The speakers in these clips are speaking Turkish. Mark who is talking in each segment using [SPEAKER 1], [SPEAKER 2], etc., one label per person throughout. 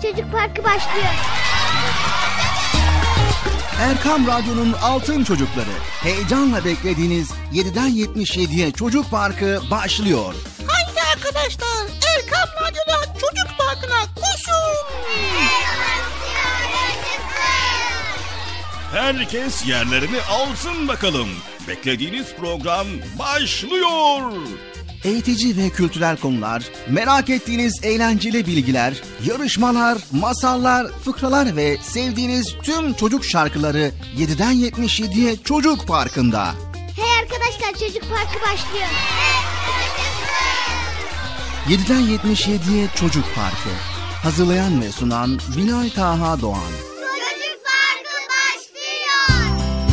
[SPEAKER 1] Çocuk Parkı başlıyor.
[SPEAKER 2] Erkam Radyo'nun Altın Çocukları. Heyecanla beklediğiniz 7'den 77'ye Çocuk Parkı başlıyor.
[SPEAKER 3] Haydi arkadaşlar, Erkam Radyo'da Çocuk Parkı'na koşun.
[SPEAKER 4] Herkes yerlerini alsın bakalım. Beklediğiniz program başlıyor.
[SPEAKER 2] Eğitici ve kültürel konular, merak ettiğiniz eğlenceli bilgiler, yarışmalar, masallar, fıkralar ve sevdiğiniz tüm çocuk şarkıları 7'den 77'ye Çocuk Parkı'nda.
[SPEAKER 1] Hey arkadaşlar, Çocuk Parkı başlıyor.
[SPEAKER 2] 7'den 77'ye Çocuk Parkı. Hazırlayan ve sunan Binay Taha Doğan.
[SPEAKER 1] Çocuk Parkı başlıyor.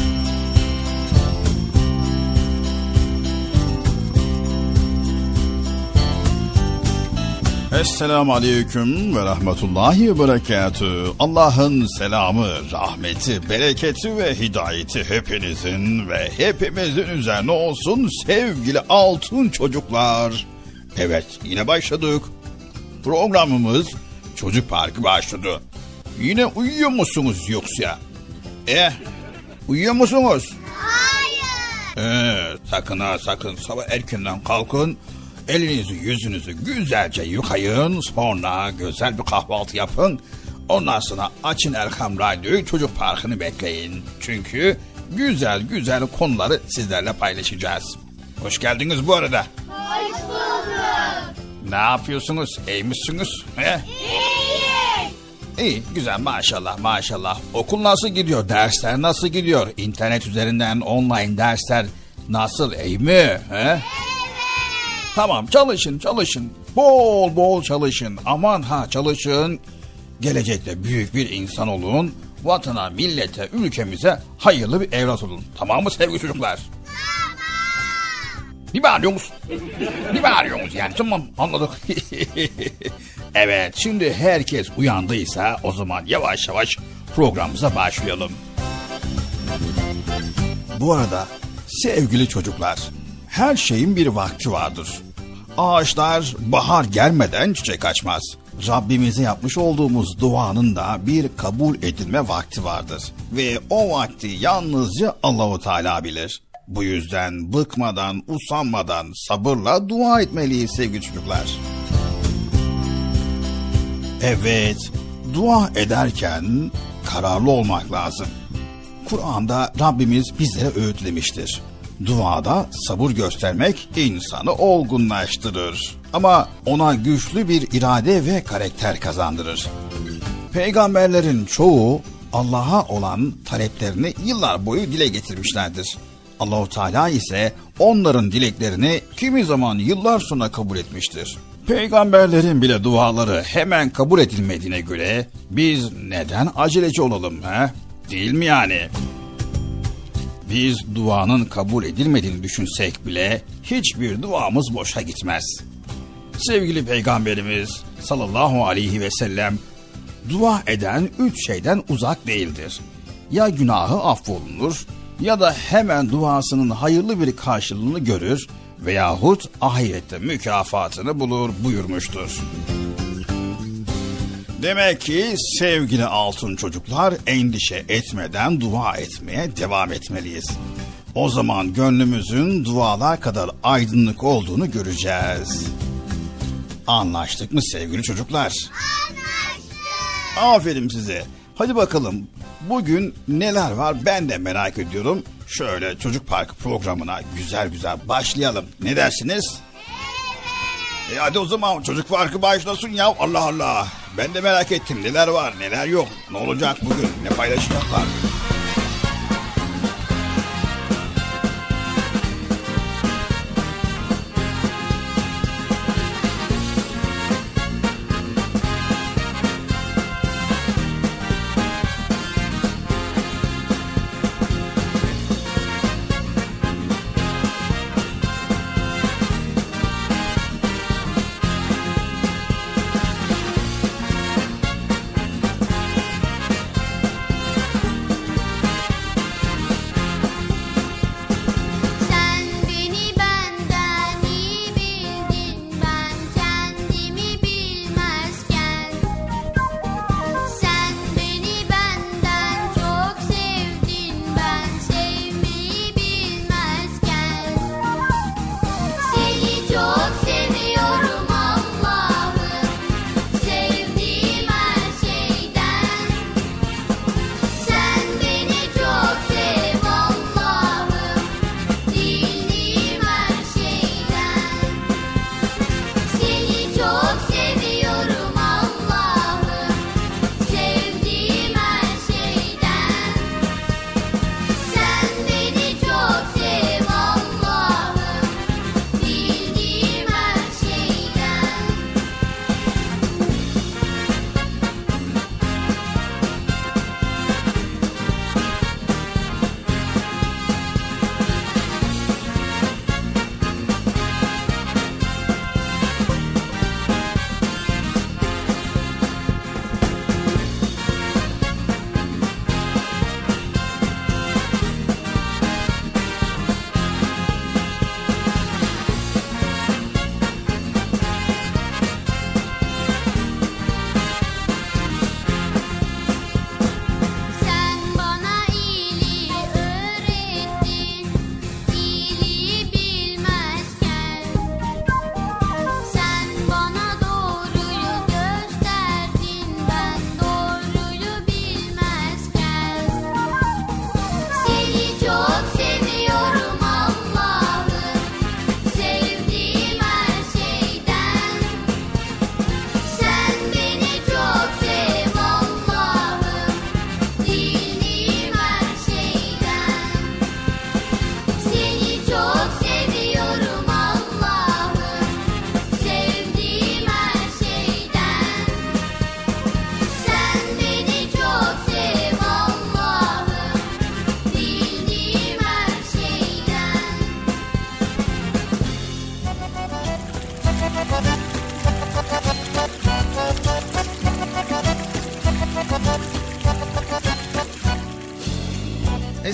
[SPEAKER 4] Esselamu Aleyküm ve Rahmetullahi ve Berekatühü. Allah'ın selamı, rahmeti, bereketi ve hidayeti hepinizin ve hepimizin üzerine olsun sevgili altın çocuklar. Evet, yine başladık. Programımız Çocuk Parkı başladı. Yine uyuyor musunuz yoksa? Uyuyor musunuz?
[SPEAKER 1] Hayır.
[SPEAKER 4] Sakın ha sakın sabah erkenden kalkın. Elinizi yüzünüzü güzelce yıkayın. Sonra güzel bir kahvaltı yapın. Ondan sonra açın Erkam Radyo'yu, Çocuk Parkı'nı bekleyin. Çünkü güzel güzel konuları sizlerle paylaşacağız. Hoş geldiniz bu arada.
[SPEAKER 1] Hoş bulduk.
[SPEAKER 4] Ne yapıyorsunuz? İyi misiniz?
[SPEAKER 1] İyiyiz.
[SPEAKER 4] İyi, güzel, maşallah maşallah. Okul nasıl gidiyor? Dersler nasıl gidiyor? İnternet üzerinden online dersler nasıl? İyi mi? Evet. Tamam, çalışın. Bol bol çalışın. Aman ha çalışın. Gelecekte büyük bir insan olun. Vatana, millete, ülkemize hayırlı bir evlat olun. Tamam mı sevgili çocuklar? Ne bağırıyorsunuz yani? Tamam, anladık. Evet, şimdi herkes uyandıysa o zaman yavaş yavaş programımıza başlayalım. Bu arada sevgili çocuklar, her şeyin bir vakti vardır. Ağaçlar bahar gelmeden çiçek açmaz. Rabbimize yapmış olduğumuz duanın da bir kabul edilme vakti vardır. Ve o vakti yalnızca Allahu Teala bilir. Bu yüzden bıkmadan, usanmadan sabırla dua etmeliyiz sevgili çocuklar. Evet, dua ederken kararlı olmak lazım. Kur'an'da Rabbimiz bizlere öğütlemiştir. Duada sabır göstermek insanı olgunlaştırır. Ama ona güçlü bir irade ve karakter kazandırır. Peygamberlerin çoğu Allah'a olan taleplerini yıllar boyu dile getirmişlerdir. Allahu Teala ise onların dileklerini kimi zaman yıllar sonra kabul etmiştir. Peygamberlerin bile duaları hemen kabul edilmediğine göre biz neden aceleci olalım he? Değil mi yani? Biz duanın kabul edilmediğini düşünsek bile hiçbir duamız boşa gitmez. Sevgili Peygamberimiz sallallahu aleyhi ve sellem dua eden 3 şeyden uzak değildir. Ya günahı affolunur ya da hemen duasının hayırlı bir karşılığını görür veyahut ahirette mükafatını bulur buyurmuştur. Demek ki sevgili altın çocuklar endişe etmeden dua etmeye devam etmeliyiz. O zaman gönlümüzün dualar kadar aydınlık olduğunu göreceğiz. Anlaştık mı sevgili çocuklar?
[SPEAKER 1] Anlaştık.
[SPEAKER 4] Aferin size. Hadi bakalım bugün neler var ben de merak ediyorum. Şöyle Çocuk Parkı programına güzel güzel başlayalım. Ne dersiniz? Evet. Hadi o zaman Çocuk Parkı başlasın ya. Allah Allah. Ben de merak ettim neler var neler yok. Ne olacak bugün, ne paylaşacaklar?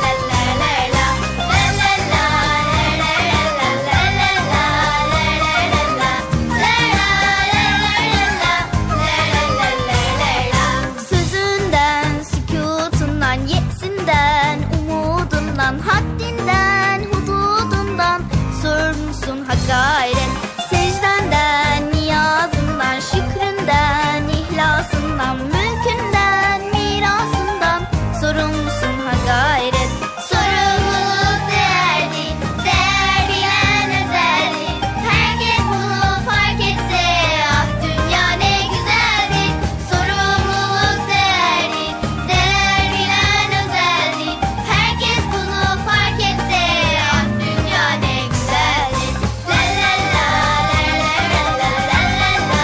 [SPEAKER 1] Haddinden, hududundan sorumlusun ha gayret. Secdenden, niyazından, şükründen, ihlasından, mülkünden, mirasından sorumlusun ha gayret. Sorumluluk değerli, değer bilen özeldi. Herkes bunu fark etse, ah dünya ne güzeldi. Sorumluluk değerli, değer bilen özeldi. Herkes bunu fark etse, ah dünya ne güzeldi. La la la la la la la la la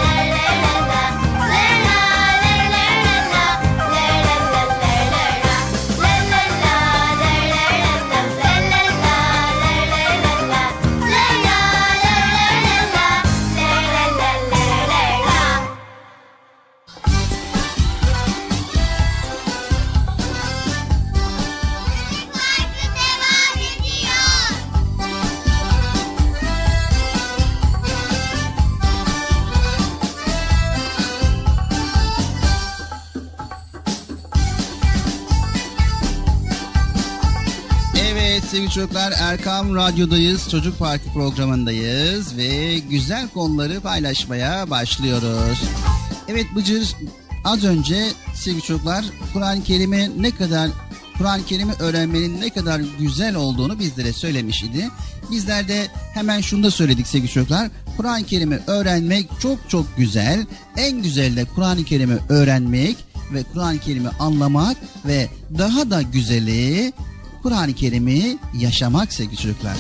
[SPEAKER 2] Evet sevgili çocuklar, Erkam Radyo'dayız, Çocuk Parkı programındayız ve güzel konuları paylaşmaya başlıyoruz. Evet Bıcır, az önce sevgili çocuklar Kur'an-ı Kerim'i öğrenmenin ne kadar güzel olduğunu bizlere söylemiş idi. Bizler de hemen şunu da söyledik sevgili çocuklar.
[SPEAKER 5] Kur'an-ı Kerim'i öğrenmek çok çok güzel. En güzel de Kur'an-ı Kerim'i öğrenmek ve Kur'an-ı Kerim'i anlamak ve daha da güzeli Kur'an-ı Kerim'i yaşamak sevgili çocuklar.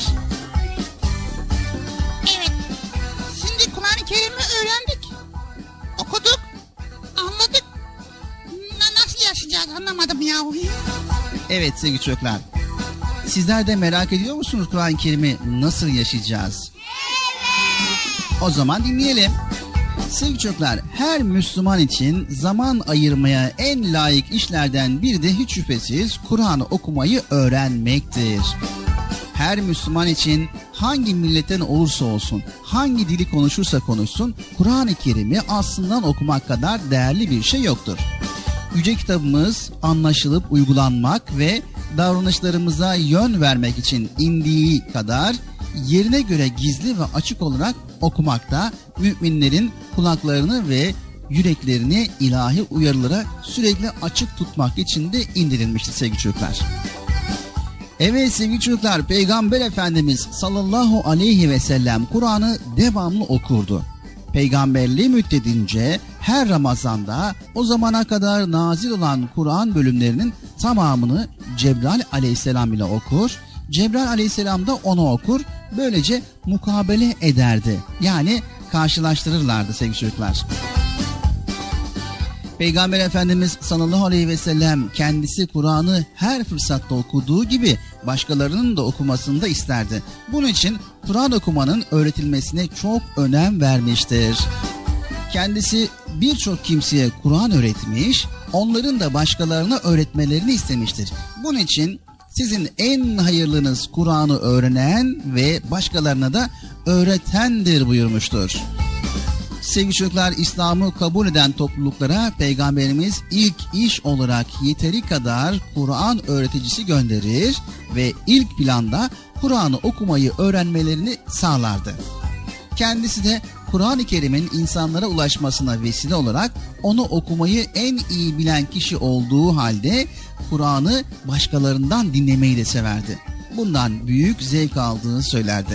[SPEAKER 3] Evet. Şimdi Kur'an-ı Kerim'i öğrendik. Okuduk. Anladık. Nasıl yaşayacağız anlamadım ya.
[SPEAKER 5] Evet sevgili çocuklar. Sizler de merak ediyor musunuz Kur'an-ı Kerim'i nasıl yaşayacağız? O zaman dinleyelim. Sevgili çocuklar, her Müslüman için zaman ayırmaya en layık işlerden biri de hiç şüphesiz Kur'an'ı okumayı öğrenmektir. Her Müslüman için hangi milletten olursa olsun, hangi dili konuşursa konuşsun, Kur'an-ı Kerim'i aslından okumak kadar değerli bir şey yoktur. Yüce kitabımız anlaşılıp uygulanmak ve davranışlarımıza yön vermek için indiği kadar yerine göre gizli ve açık olarak okumakta, müminlerin kulaklarını ve yüreklerini ilahi uyarılara sürekli açık tutmak için de indirilmiştir sevgili çocuklar. Evet sevgili çocuklar, Peygamber Efendimiz sallallahu aleyhi ve sellem Kur'an'ı devamlı okurdu. Peygamberliği müddettince her Ramazan'da o zamana kadar nazil olan Kur'an bölümlerinin tamamını Cebrail aleyhisselam ile okur, Cebrail aleyhisselam da onu okur, böylece mukabele ederdi. Yani karşılaştırırlardı sevgili çocuklar. Peygamber Efendimiz sallallahu aleyhi ve sellem kendisi Kur'an'ı her fırsatta okuduğu gibi başkalarının da okumasını da isterdi. Bunun için Kur'an okumanın öğretilmesine çok önem vermiştir. Kendisi birçok kimseye Kur'an öğretmiş, onların da başkalarına öğretmelerini istemiştir. Bunun için sizin en hayırlınız Kur'an'ı öğrenen ve başkalarına da öğretendir buyurmuştur. Sevgili çocuklar, İslam'ı kabul eden topluluklara Peygamberimiz ilk iş olarak yeteri kadar Kur'an öğreticisi gönderir ve ilk planda Kur'an'ı okumayı öğrenmelerini sağlardı. Kendisi de Kur'an-ı Kerim'in insanlara ulaşmasına vesile olarak onu okumayı en iyi bilen kişi olduğu halde Kur'an'ı başkalarından dinlemeyi de severdi. Bundan büyük zevk aldığını söylerdi.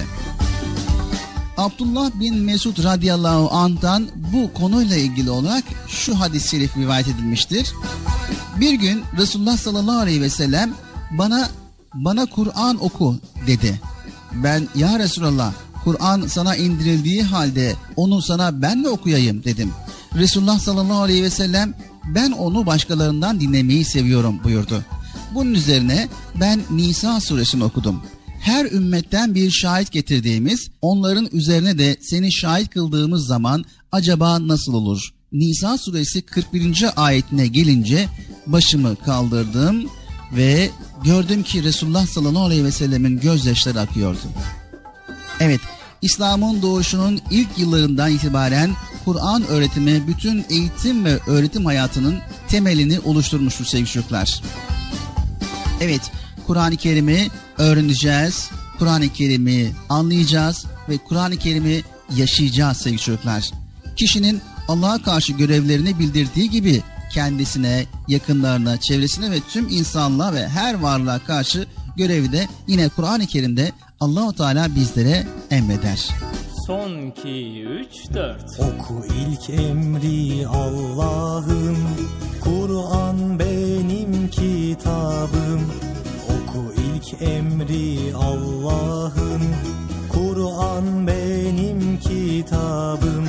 [SPEAKER 5] Abdullah bin Mesud radıyallahu anh'tan bu konuyla ilgili olarak şu hadis-i şerif rivayet edilmiştir. Bir gün Resulullah sallallahu aleyhi ve sellem bana Kur'an oku dedi. Ben ya Resulallah, Kur'an sana indirildiği halde onu sana ben mi okuyayım dedim. Resulullah sallallahu aleyhi ve sellem ben onu başkalarından dinlemeyi seviyorum buyurdu. Bunun üzerine ben Nisa suresini okudum. Her ümmetten bir şahit getirdiğimiz, onların üzerine de seni şahit kıldığımız zaman acaba nasıl olur? Nisa suresi 41. ayetine gelince başımı kaldırdım ve gördüm ki Resulullah sallallahu aleyhi ve sellemin gözyaşları akıyordu. Evet, İslam'ın doğuşunun ilk yıllarından itibaren Kur'an öğretimi bütün eğitim ve öğretim hayatının temelini oluşturmuştur sevgili çocuklar. Evet, Kur'an-ı Kerim'i öğreneceğiz, Kur'an-ı Kerim'i anlayacağız ve Kur'an-ı Kerim'i yaşayacağız sevgili çocuklar. Kişinin Allah'a karşı görevlerini bildirdiği gibi kendisine, yakınlarına, çevresine ve tüm insanlığa ve her varlığa karşı görevi de yine Kur'an-ı Kerim'de Allah-u Teala bizlere emreder.
[SPEAKER 6] Son 2, 3, 4.
[SPEAKER 7] Oku ilk emri Allah'ın, Kur'an benim kitabım. Oku ilk emri Allah'ın, Kur'an benim kitabım.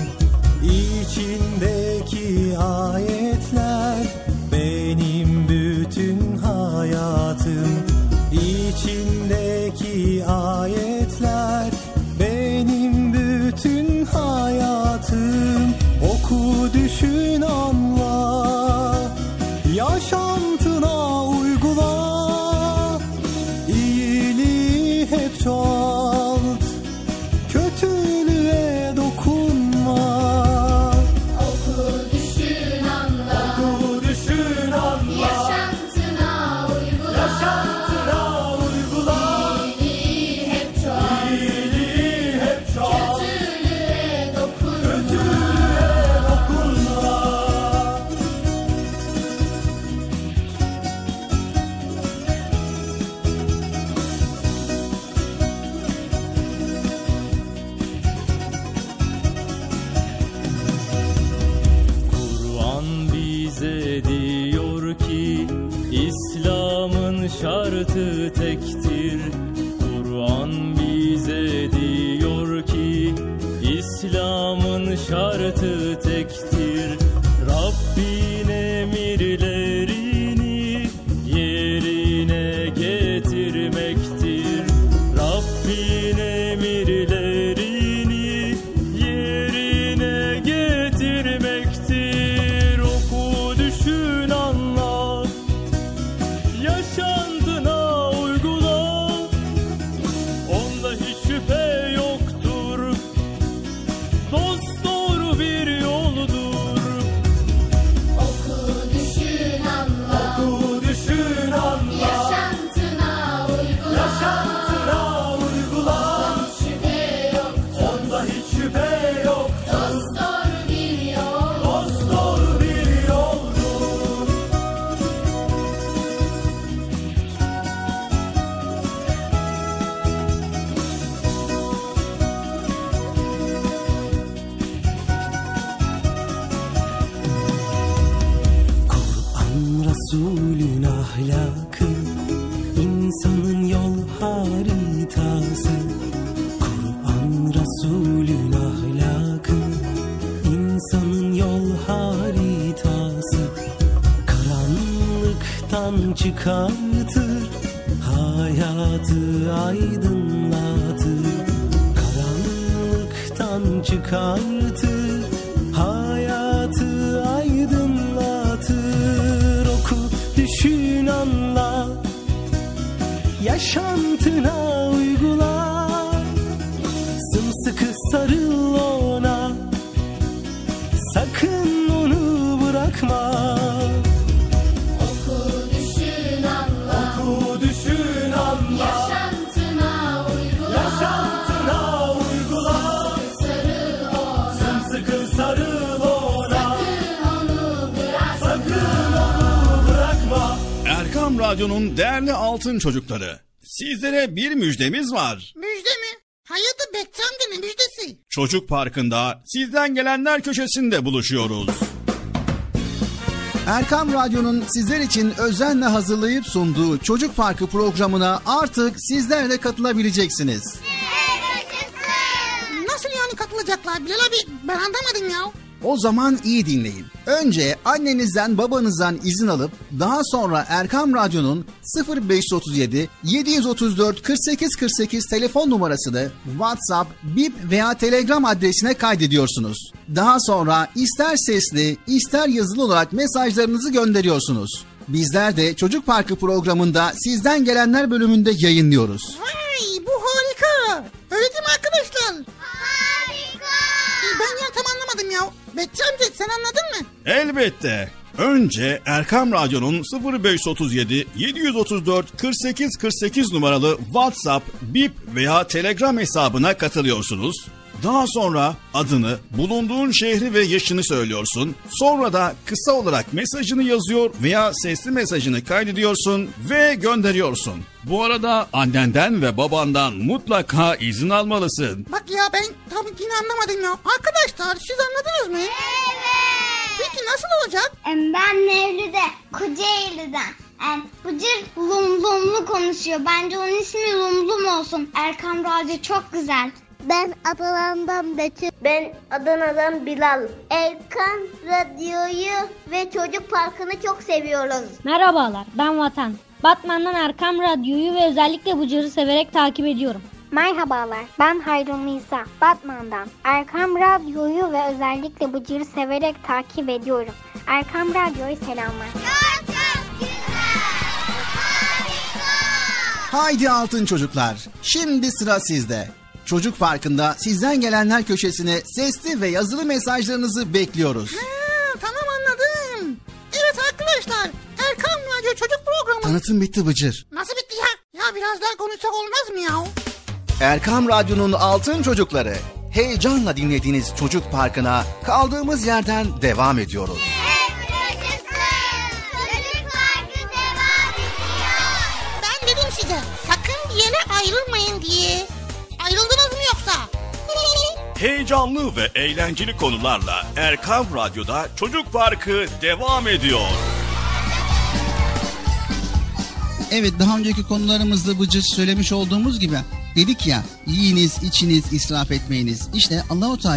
[SPEAKER 7] İçindeki ayetler benim bütün hayatım. İçindeki ayetler benim bütün hayatım. Oku, düşün, anla, yaşantına uygula. İyiliği hep çoğalt, kötülüğe dokunma.
[SPEAKER 8] Oku, düşün, anla,
[SPEAKER 7] Oku, düşün, anla,
[SPEAKER 8] yaşantına uygula.
[SPEAKER 7] yaşantına uygula.
[SPEAKER 8] İyiliği hep çoğalt,
[SPEAKER 7] İyiliği hep çoğalt,
[SPEAKER 8] kötülüğe dokunma.
[SPEAKER 7] kötülüğe dokunma.
[SPEAKER 6] şartı tektir. Rabbin emirlerini yerine getirmektir. Rabbin emirlerini yerine getirmektir. Oku, düşün, anla, yaşantına uygula. Onda hiç şüphe yoktur. Dost doğru bir yoldur.
[SPEAKER 8] Oku, düşün, anla.
[SPEAKER 7] Oku, düşün, anla.
[SPEAKER 8] Yaşantına uygula.
[SPEAKER 7] Yaşantına uygula.
[SPEAKER 8] Şüphe yoktur.
[SPEAKER 7] Onda hiç şüphe yok.
[SPEAKER 8] Dost doğru bir yol.
[SPEAKER 7] Dost doğru bir yoldur.
[SPEAKER 9] Kur'an Resulün ahlakı, insanın yol haritası. Kur'an Resulün ahlakı, insanın yol haritası. Karanlıktan çıkartır, hayatı aydınlatır. Karanlıktan çıkartır, hayatı aydınlatır. Oku, düşün, anla, yaşantına uygula. Sımsıkı sarıl ona, sakın onu bırakma.
[SPEAKER 8] Oku, düşün, anla.
[SPEAKER 7] Oku, düşün, anla.
[SPEAKER 8] Yaşantına uygula.
[SPEAKER 7] Yaşantına uygula.
[SPEAKER 8] Sarıl ona.
[SPEAKER 7] Sımsıkı sarıl ona.
[SPEAKER 8] Sakın onu bırakma.
[SPEAKER 7] Sakın onu bırakma.
[SPEAKER 4] Erkam Radyo'nun değerli altın çocukları, sizlere bir müjdemiz var.
[SPEAKER 3] Müjde mi? Hayırdır Bekçi amca, ne müjdesi?
[SPEAKER 4] Çocuk Parkı'nda sizden gelenler köşesinde buluşuyoruz.
[SPEAKER 2] Erkam Radyo'nun sizler için özenle hazırlayıp sunduğu Çocuk Parkı programına artık sizler de katılabileceksiniz.
[SPEAKER 3] Nasıl yani katılacaklar Bilal abi? Ben anlamadım ya.
[SPEAKER 2] O zaman iyi dinleyin. Önce annenizden babanızdan izin alıp daha sonra Erkam Radyo'nun 0537 734 48 48 telefon numarasını WhatsApp, Bip veya Telegram adresine kaydediyorsunuz. Daha sonra ister sesli ister yazılı olarak mesajlarınızı gönderiyorsunuz. Bizler de Çocuk Parkı programında sizden gelenler bölümünde yayınlıyoruz.
[SPEAKER 3] Vay, bu harika. Öyle değil mi arkadaşlar?
[SPEAKER 1] Harika.
[SPEAKER 3] Ben ya tam anlamadım ya. Bekçi amca sen anladın mı?
[SPEAKER 4] Elbette. Önce Erkam Radyo'nun 0537 734 48 48 numaralı WhatsApp, Bip veya Telegram hesabına katılıyorsunuz. Daha sonra adını, bulunduğun şehri ve yaşını söylüyorsun. Sonra da kısa olarak mesajını yazıyor veya sesli mesajını kaydediyorsun ve gönderiyorsun. Bu arada annenden ve babandan mutlaka izin almalısın.
[SPEAKER 3] Bak ya ben tam yine anlamadım ya. Arkadaşlar siz anladınız mı? Peki nasıl olacak?
[SPEAKER 1] Ben Mevlüt'e Kocaeli'den. Bıcır lumlu konuşuyor. Bence onun ismi Lumlum olsun. Erkam Radyo çok güzel.
[SPEAKER 10] Ben Adana'dan Betül.
[SPEAKER 1] Ben Adana'dan Bilal. Erkam Radyo'yu ve Çocuk Parkı'nı çok seviyoruz.
[SPEAKER 10] Merhabalar, ben Vatan. Batman'dan Erkam Radyo'yu ve özellikle Bıcır'ı severek takip ediyorum.
[SPEAKER 11] Merhabalar, ben Hayrun Nisa, Batman'dan. Erkam Radyo'yu ve özellikle Bıcır'ı severek takip ediyorum. Erkam Radyo'yu selamlar.
[SPEAKER 2] Haydi altın çocuklar, şimdi sıra sizde. Çocuk Parkı'nda sizden gelenler köşesine sesli ve yazılı mesajlarınızı bekliyoruz.
[SPEAKER 3] Tamam anladım. Evet arkadaşlar, Erkam Radyo Çocuk Programı.
[SPEAKER 2] Tanıtım bitti Bıcır.
[SPEAKER 3] Nasıl bitti ya? Ya biraz daha konuşsak olmaz mı ya?
[SPEAKER 2] Erkam Radyo'nun altın çocukları, heyecanla dinlediğiniz Çocuk Parkı'na kaldığımız yerden devam ediyoruz.
[SPEAKER 3] Ben dedim size, sakın bir yere ayrılmayın diye. Ayrıldınız mı yoksa?
[SPEAKER 4] Heyecanlı ve eğlenceli konularla Erkam Radyo'da Çocuk Parkı devam ediyor.
[SPEAKER 5] Evet, daha önceki konularımızda Bıcır söylemiş olduğumuz gibi dedik ya, yiyiniz, içiniz, israf etmeyiniz. İşte Allah-u Teala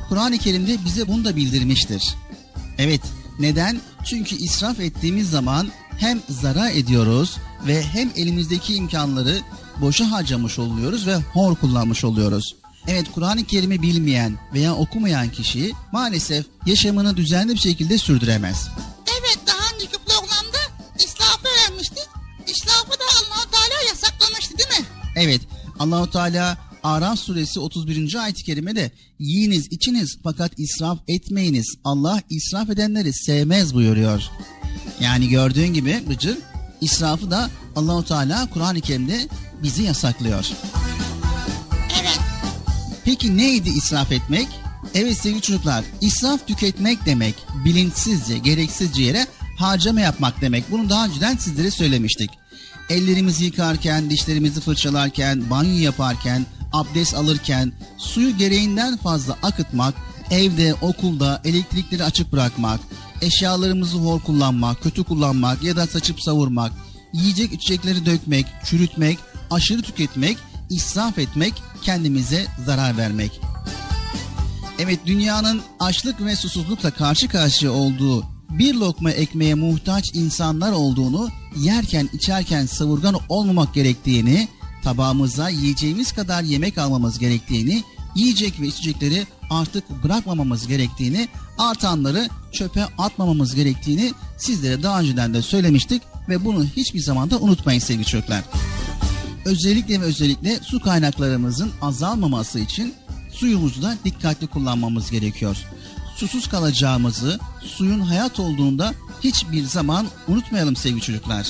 [SPEAKER 5] Kur'an-ı Kerim'de bize bunu da bildirmiştir. Evet, neden? Çünkü israf ettiğimiz zaman hem zarar ediyoruz ve hem elimizdeki imkanları boşa harcamış oluyoruz ve hor kullanmış oluyoruz. Evet, Kur'an-ı Kerim'i bilmeyen veya okumayan kişi maalesef yaşamını düzenli bir şekilde sürdüremez.
[SPEAKER 3] Evet, daha önceki programda israfı öğrenmiştik. İsrafı da Allah-u Teala yasaklamıştı değil mi?
[SPEAKER 5] Evet, Allah-u Teala Araf suresi 31. ayet-i kerimede yiyiniz içiniz fakat israf etmeyiniz. Allah israf edenleri sevmez buyuruyor. Yani gördüğün gibi Bıcır, israfı da Allah-u Teala Kur'an-ı Kerim'de bizi yasaklıyor.
[SPEAKER 3] Evet.
[SPEAKER 5] Peki neydi israf etmek? Evet sevgili çocuklar, israf tüketmek demek, bilinçsizce, gereksizce yere harcama yapmak demek. Bunu daha önceden sizlere söylemiştik. Ellerimizi yıkarken, dişlerimizi fırçalarken, banyo yaparken, abdest alırken suyu gereğinden fazla akıtmak, evde, okulda elektrikleri açık bırakmak, eşyalarımızı hor kullanmak, kötü kullanmak ya da saçıp savurmak, yiyecek içecekleri dökmek, çürütmek, aşırı tüketmek, israf etmek, kendimize zarar vermek. Evet, dünyanın açlık ve susuzlukla karşı karşıya olduğu, bir lokma ekmeğe muhtaç insanlar olduğunu, yerken içerken savurgan olmamak gerektiğini, tabağımıza yiyeceğimiz kadar yemek almamız gerektiğini, yiyecek ve içecekleri artık bırakmamamız gerektiğini, artanları çöpe atmamamız gerektiğini sizlere daha önceden de söylemiştik ve bunu hiçbir zaman da unutmayın sevgili çocuklar. Özellikle ve özellikle su kaynaklarımızın azalmaması için suyumuzu da dikkatli kullanmamız gerekiyor. Susuz kalacağımızı, suyun hayat olduğunda hiçbir zaman unutmayalım sevgili çocuklar.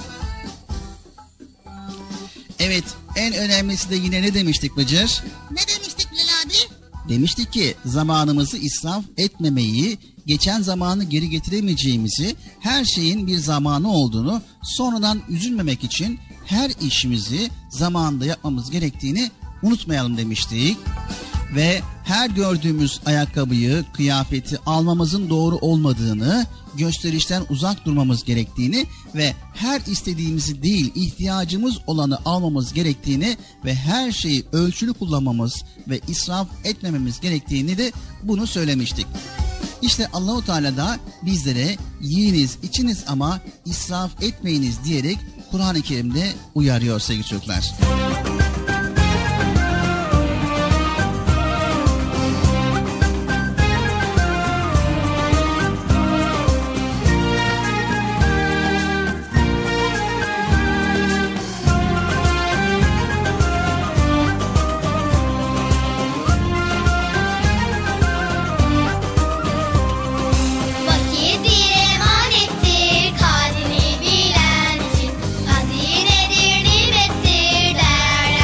[SPEAKER 5] Evet, en önemlisi de yine ne demiştik Bıcır?
[SPEAKER 3] Ne demiştik Bilal abi?
[SPEAKER 5] Demiştik ki zamanımızı israf etmemeyi, geçen zamanı geri getiremeyeceğimizi, her şeyin bir zamanı olduğunu, sonradan üzülmemek için her işimizi zamanında yapmamız gerektiğini unutmayalım demiştik. Ve her gördüğümüz ayakkabıyı, kıyafeti almamızın doğru olmadığını, gösterişten uzak durmamız gerektiğini ve her istediğimizi değil, ihtiyacımız olanı almamız gerektiğini ve her şeyi ölçülü kullanmamız ve israf etmememiz gerektiğini de bunu söylemiştik. İşte Allah-u Teala da bizlere yiyiniz, içiniz ama israf etmeyiniz diyerek Kur'an-ı Kerim'de uyarıyor sevgili çocuklar.
[SPEAKER 8] Vakit bir emanettir, kadrini bilen için hazinedir, nimettir, değerlendiren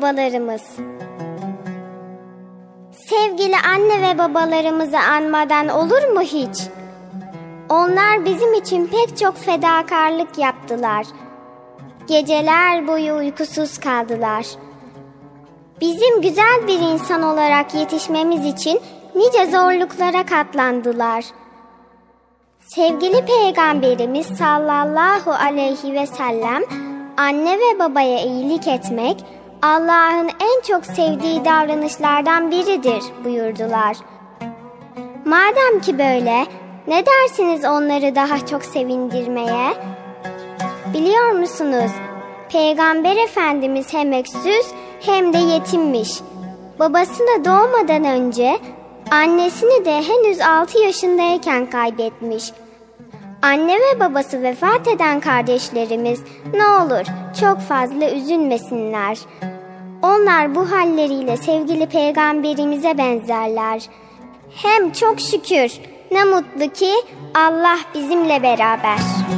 [SPEAKER 11] babalarımız. Sevgili anne ve babalarımızı anmadan olur mu hiç? Onlar bizim için pek çok fedakarlık yaptılar. Geceler boyu uykusuz kaldılar. Bizim güzel bir insan olarak yetişmemiz için nice zorluklara katlandılar. Sevgili Peygamberimiz sallallahu aleyhi ve sellem, anne ve babaya iyilik etmek, Allah'ın en çok sevdiği davranışlardan biridir buyurdular. Madem ki böyle, ne dersiniz onları daha çok sevindirmeye? Biliyor musunuz? Peygamber Efendimiz hem öksüz hem de yetimmiş. Babasını doğmadan önce annesini de henüz 6 yaşındayken kaybetmiş. Anne ve babası vefat eden kardeşlerimiz ne olur çok fazla üzülmesinler. Onlar bu halleriyle sevgili peygamberimize benzerler. Hem çok şükür, ne mutlu ki Allah bizimle beraber.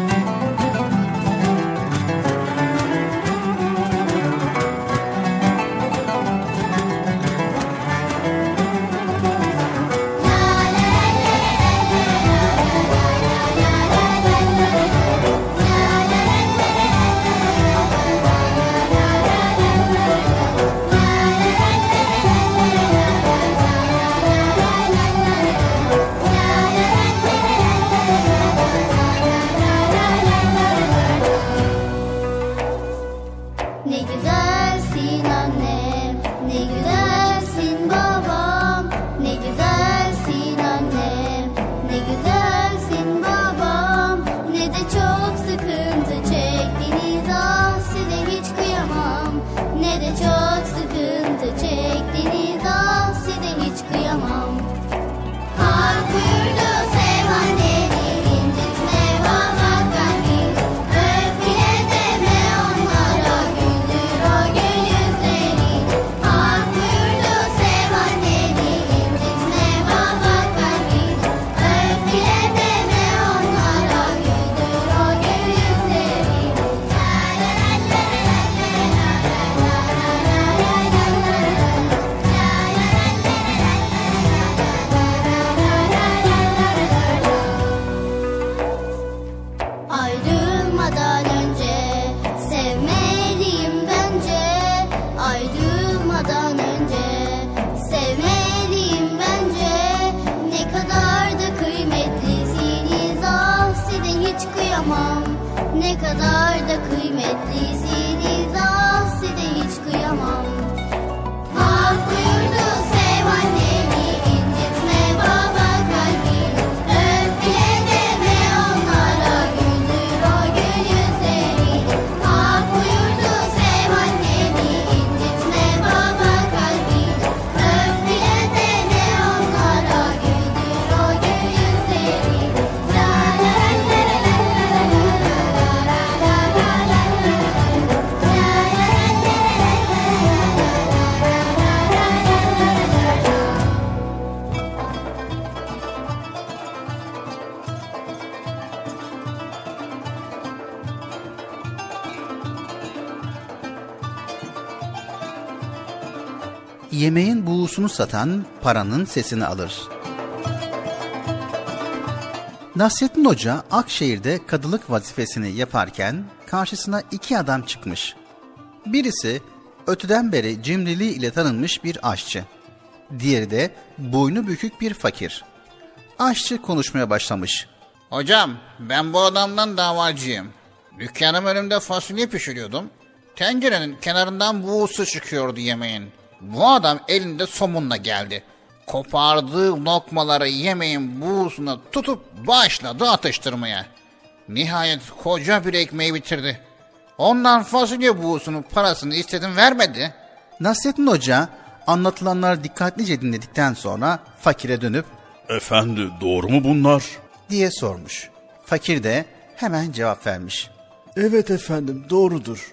[SPEAKER 2] Yemeğin buğusunu satan paranın sesini alır. Nasrettin Hoca Akşehir'de kadılık vazifesini yaparken karşısına 2 adam çıkmış. Birisi öteden beri cimriliği ile tanınmış bir aşçı. Diğeri de boynu bükük bir fakir. Aşçı konuşmaya başlamış.
[SPEAKER 12] Hocam, ben bu adamdan davacıyım. Dükkanım önümde fasulye pişiriyordum. Tencerenin kenarından buğusu çıkıyordu yemeğin. Bu adam elinde somunla geldi. Kopardığı lokmaları yemeğin buğusuna tutup başladı atıştırmaya. Nihayet koca bir ekmeği bitirdi. Ondan fasulye buğusunun parasını istedim, vermedi.
[SPEAKER 2] Nasrettin Hoca anlatılanları dikkatlice dinledikten sonra fakire dönüp
[SPEAKER 13] "Efendi, doğru mu bunlar?"
[SPEAKER 2] diye sormuş. Fakir de hemen cevap vermiş.
[SPEAKER 13] "Evet efendim, doğrudur."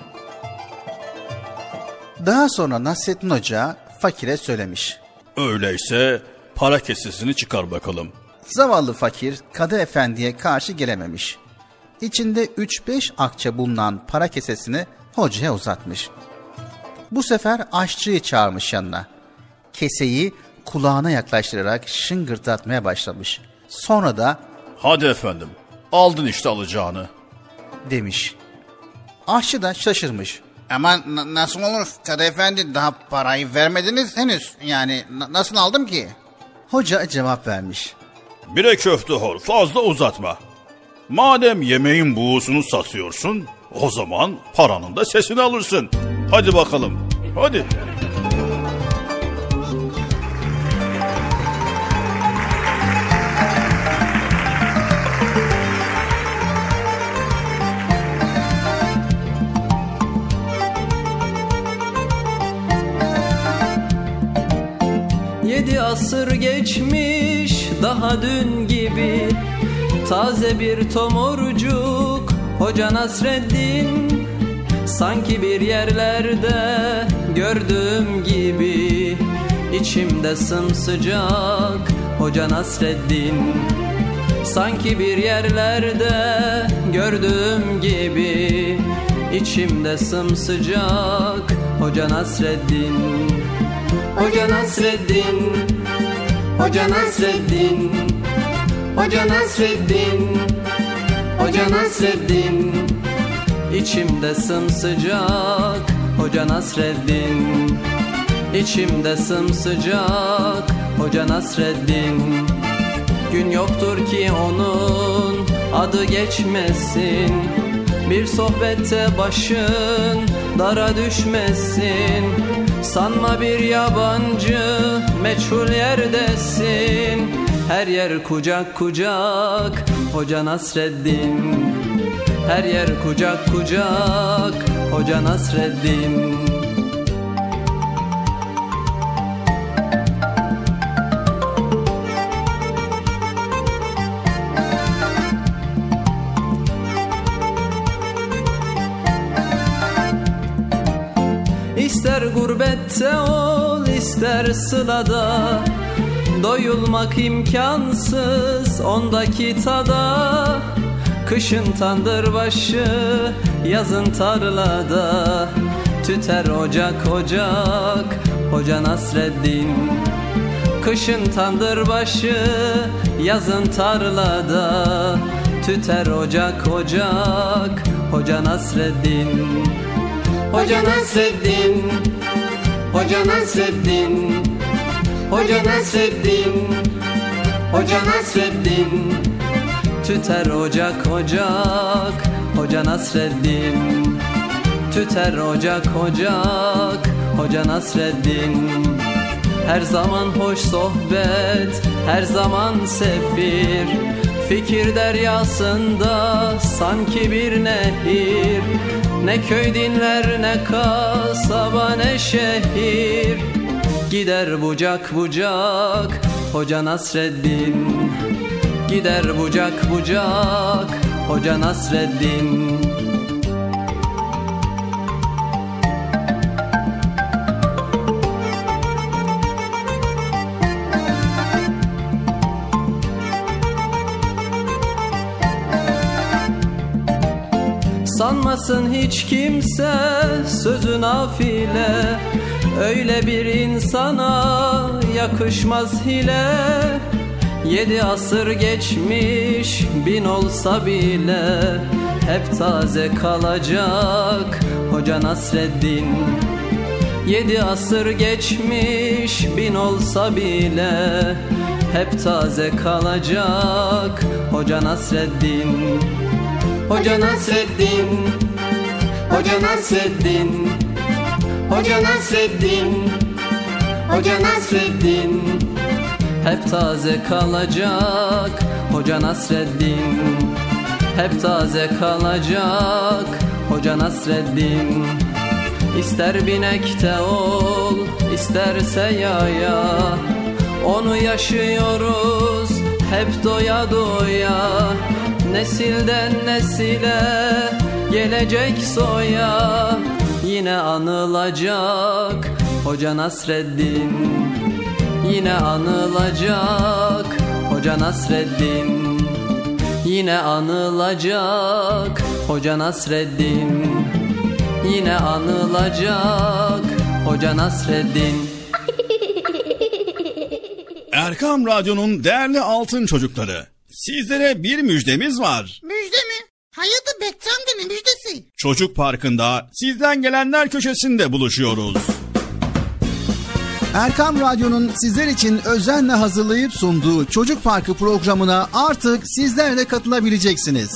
[SPEAKER 2] Daha sonra Nasrettin Hoca fakire söylemiş.
[SPEAKER 13] "Öyleyse para kesesini çıkar bakalım."
[SPEAKER 2] Zavallı fakir Kadı Efendi'ye karşı gelememiş. İçinde 3-5 akçe bulunan para kesesini hocaya uzatmış.
[SPEAKER 14] Bu sefer aşçıyı çağırmış yanına. Keseyi kulağına yaklaştırarak şıngırdatmaya başlamış. Sonra da
[SPEAKER 13] "Hadi efendim, aldın işte alacağını"
[SPEAKER 14] demiş. Aşçı da şaşırmış.
[SPEAKER 12] Ama nasıl olur Kadı Efendi, daha parayı vermediniz henüz. Yani nasıl aldım ki?
[SPEAKER 14] Hoca cevap vermiş.
[SPEAKER 13] "Bire köfte hor, fazla uzatma. Madem yemeğin buğusunu satıyorsun, o zaman paranın da sesini alırsın. Hadi bakalım, hadi."
[SPEAKER 15] Yedi asır geçmiş daha dün gibi, taze bir tomurcuk Hoca Nasreddin. Sanki bir yerlerde gördüğüm gibi, içimde sımsıcak Hoca Nasreddin. Sanki bir yerlerde gördüğüm gibi, içimde sımsıcak Hoca Nasreddin. Hoca Nasreddin, Hoca Nasreddin, Hoca Nasreddin, Hoca Nasreddin. İçimde sımsıcak Hoca Nasreddin. İçimde sımsıcak Hoca Nasreddin. Gün yoktur ki onun adı geçmesin, bir sohbette başın dara düşmesin. Sanma bir yabancı meçhul yerdesin, her yer kucak kucak Hoca Nasreddin. Her yer kucak kucak Hoca Nasreddin. İster gurbette ol, ister sılada, doyulmak imkansız ondaki tada. Kışın tandırbaşı, yazın tarlada, tüter ocak ocak Hoca Nasreddin. Kışın tandırbaşı, yazın tarlada, tüter ocak ocak Hoca Nasreddin. Hoca Nasreddin, Hoca Nasreddin, Hoca Nasreddin, Hoca Nasreddin. Tüter ocak ocak Hoca Nasreddin. Tüter ocak ocak Hoca Nasreddin. Her zaman hoş sohbet, her zaman sefir, fikir deryasında sanki bir nehir. Ne köy dinler, ne kasaba, ne şehir, gider bucak bucak Hoca Nasreddin. Gider bucak bucak Hoca Nasreddin. Sanmasın hiç kimse sözü nafile, öyle bir insana yakışmaz hile. 7 asır geçmiş 1000 olsa bile, hep taze kalacak Hoca Nasreddin. 7 asır geçmiş 1000 olsa bile, hep taze kalacak Hoca Nasreddin. Hoca Nasreddin, Hoca Nasreddin, Hoca Nasreddin, Hoca Nasreddin. Hep taze kalacak Hoca Nasreddin. Hep taze kalacak Hoca Nasreddin. İster binekte ol, isterse yaya, onu yaşıyoruz hep doya doya. Nesilden nesile gelecek soya, yine anılacak Hoca Nasreddin. Yine anılacak Hoca Nasreddin. Yine anılacak Hoca Nasreddin. Yine anılacak Hoca Nasreddin.
[SPEAKER 4] Erkam Radyo'nun değerli altın çocukları, sizlere bir müjdemiz var.
[SPEAKER 3] Müjde mi? Hayırdır Bekçi amca, ne müjdesi?
[SPEAKER 4] Çocuk Parkı'nda sizden gelenler köşesinde buluşuyoruz.
[SPEAKER 2] Erkam Radyo'nun sizler için özenle hazırlayıp sunduğu Çocuk Parkı programına artık sizler de katılabileceksiniz.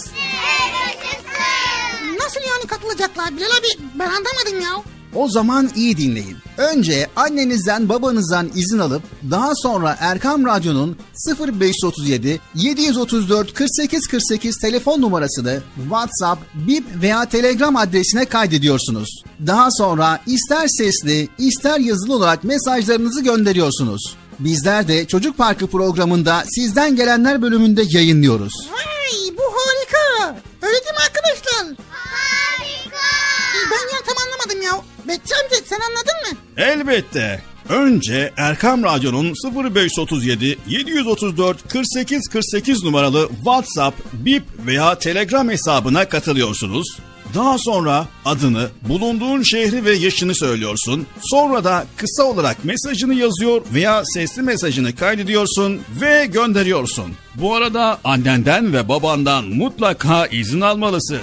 [SPEAKER 3] Nasıl yani katılacaklar Bilal abi? Ben anlamadım ya.
[SPEAKER 2] O zaman iyi dinleyin. Önce annenizden babanızdan izin alıp daha sonra Erkam Radyo'nun 0537 734 48 48 telefon numarasını WhatsApp, Bip veya Telegram adresine kaydediyorsunuz. Daha sonra ister sesli ister yazılı olarak mesajlarınızı gönderiyorsunuz. Bizler de Çocuk Parkı programında sizden gelenler bölümünde yayınlıyoruz.
[SPEAKER 3] Vay, bu harika. Öyle değil mi arkadaşlar?
[SPEAKER 8] Harika.
[SPEAKER 3] Ben ya tam anlamadım ya. Bekçi amca sen anladın mı?
[SPEAKER 4] Elbette. Önce Erkam Radyo'nun 0537 734 48 48 numaralı WhatsApp, Bip veya Telegram hesabına katılıyorsunuz. Daha sonra adını, bulunduğun şehri ve yaşını söylüyorsun. Sonra da kısa olarak mesajını yazıyor veya sesli mesajını kaydediyorsun ve gönderiyorsun. Bu arada annenden ve babandan mutlaka izin almalısın.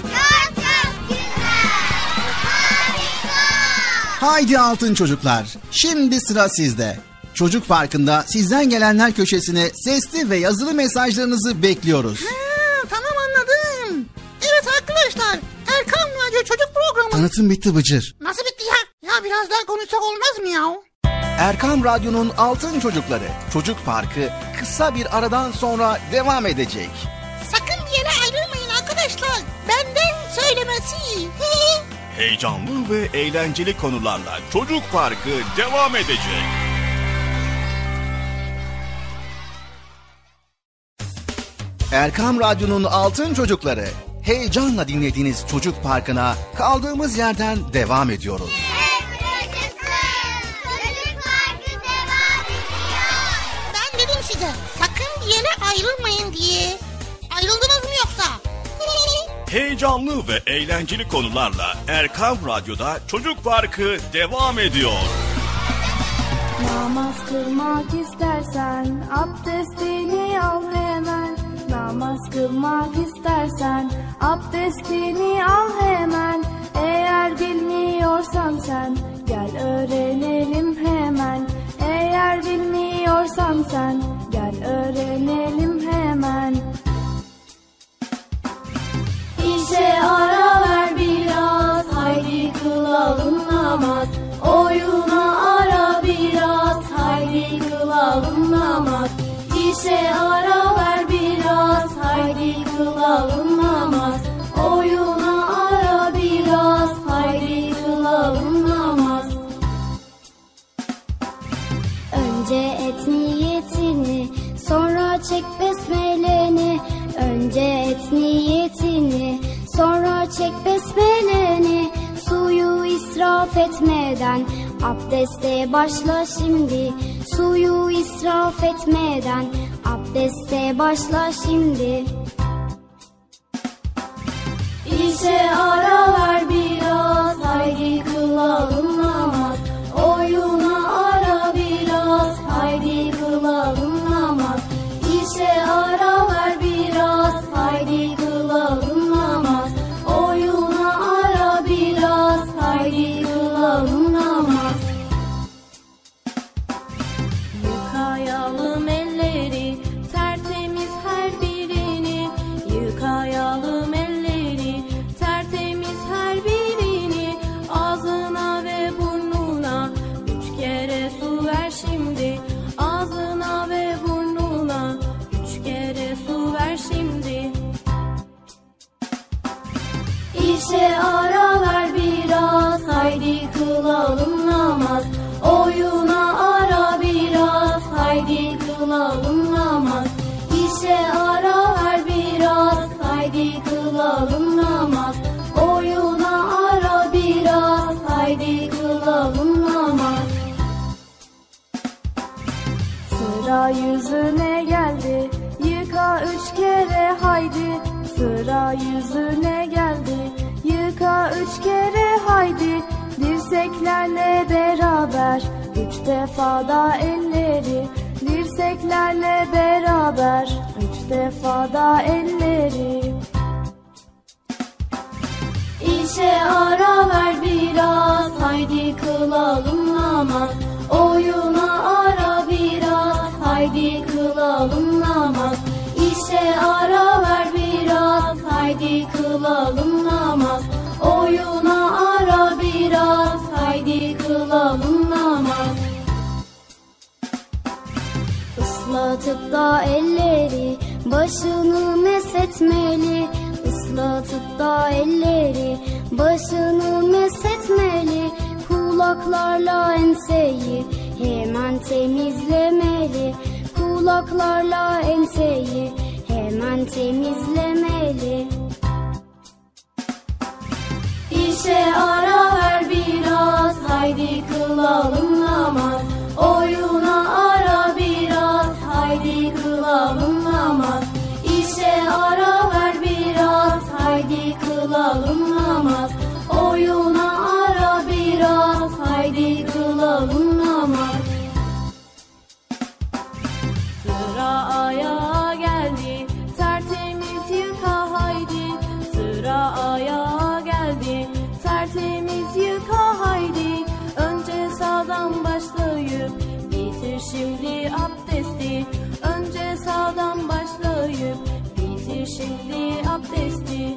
[SPEAKER 2] Haydi altın çocuklar, şimdi sıra sizde. Çocuk Parkı'nda sizden gelenler köşesine sesli ve yazılı mesajlarınızı bekliyoruz.
[SPEAKER 3] Tamam anladım. Evet arkadaşlar, Erkam Radyo Çocuk Programı.
[SPEAKER 2] Tanıtım bitti Bıcır.
[SPEAKER 3] Nasıl bitti ya? Ya biraz daha konuşsak olmaz mı ya?
[SPEAKER 2] Erkam Radyo'nun altın çocukları Çocuk Parkı kısa bir aradan sonra devam edecek.
[SPEAKER 3] Sakın bir yere ayrılmayın arkadaşlar. Benden söylemesi.
[SPEAKER 13] Heyecanlı ve eğlenceli konularla Çocuk Parkı devam edecek.
[SPEAKER 2] Erkam Radyo'nun altın çocukları, heyecanla dinlediğiniz Çocuk Parkı'na kaldığımız yerden devam ediyoruz.
[SPEAKER 3] Ben dedim size sakın bir yere ayrılmayın diye. Ayrıldınız mı yoksa?
[SPEAKER 13] Heyecanlı ve eğlenceli konularla Erkam Radyo'da Çocuk Parkı devam ediyor.
[SPEAKER 16] Namaz kılmak istersen abdestini al hemen. Namaz kılmak istersen abdestini al hemen. Eğer bilmiyorsan sen gel öğrenelim hemen. Eğer bilmiyorsan sen gel öğrenelim hemen. İşe ara ver biraz, haydi kılalım namaz. Oyuna ara biraz, haydi kılalım namaz. İşe ara ver biraz, haydi kılalım namaz. Oyuna ara biraz, haydi kılalım namaz. Önce et niyetini, sonra çek besmeleni. Önce et niyetini, sonra çek besmeleni. Suyu israf etmeden abdeste başla şimdi. Suyu israf etmeden abdeste başla şimdi. İşe ara ver biraz, haydi kılalım namaz. Oyuna ara biraz, haydi kılalım namaz. İşe ara ver biraz, haydi kılalım namaz. Oyuna ara biraz, haydi kılalım namaz. Yıkayalım elleri, tertemiz her birini. Yıkayalım elleri, tertemiz her birini. Ağzına ve burnuna 3 kere su ver şimdi. Ağzına ve burnuna 3 kere su ver şimdi. İşe ara ver biraz, haydi kılalım namaz. Oyuna ara biraz, haydi kılalım namaz. İşe ara ver biraz, haydi kılalım namaz. Oyuna ara biraz, haydi kılalım namaz. Sıra yüzüne geldi, yıka 3 kere haydi. Sıra yüzüne geldi, yıka 3 kere haydi. Dirseklerle beraber 3 defa da elleri, dirseklerle beraber 3 defa da elleri. İşe ara ver biraz, haydi kılalım namaz. Oyuna ara biraz, haydi kılalım namaz. İşe ara ver biraz, haydi kılalım namaz. Oyuna ara biraz, haydi kılalım namaz. Islatıp da elleri, başını mesetmeli. Islatıp da elleri, başını mesetmeli. Kulaklarla enseyi hemen temizlemeli. Kulaklarla enseyi hemen temizlemeli. İşe ara ver biraz, haydi kılalım namaz. Oyuna ara biraz, haydi kılalım namaz. İşe ara ver biraz, haydi kılalım namaz. Oyuna ara biraz, haydi kılalım namaz. Sıra ayağa geldi, tertemiz yıka haydi. Sıra ayağa geldi, tertemiz yıka haydi. Önce sağdan başlayıp bitir şimdi abdesti. Önce sağdan başlayıp bitir şimdi abdesti.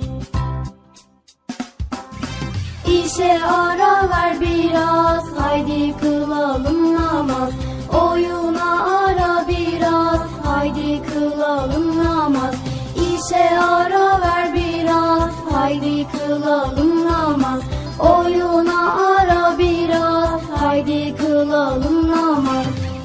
[SPEAKER 16] İşe ara ver biraz, haydi kılalım namaz. Oyuna ara biraz, haydi kılalım namaz. İşe ara ver biraz, haydi kılalım namaz. Oyuna ara biraz, haydi kılalım namaz.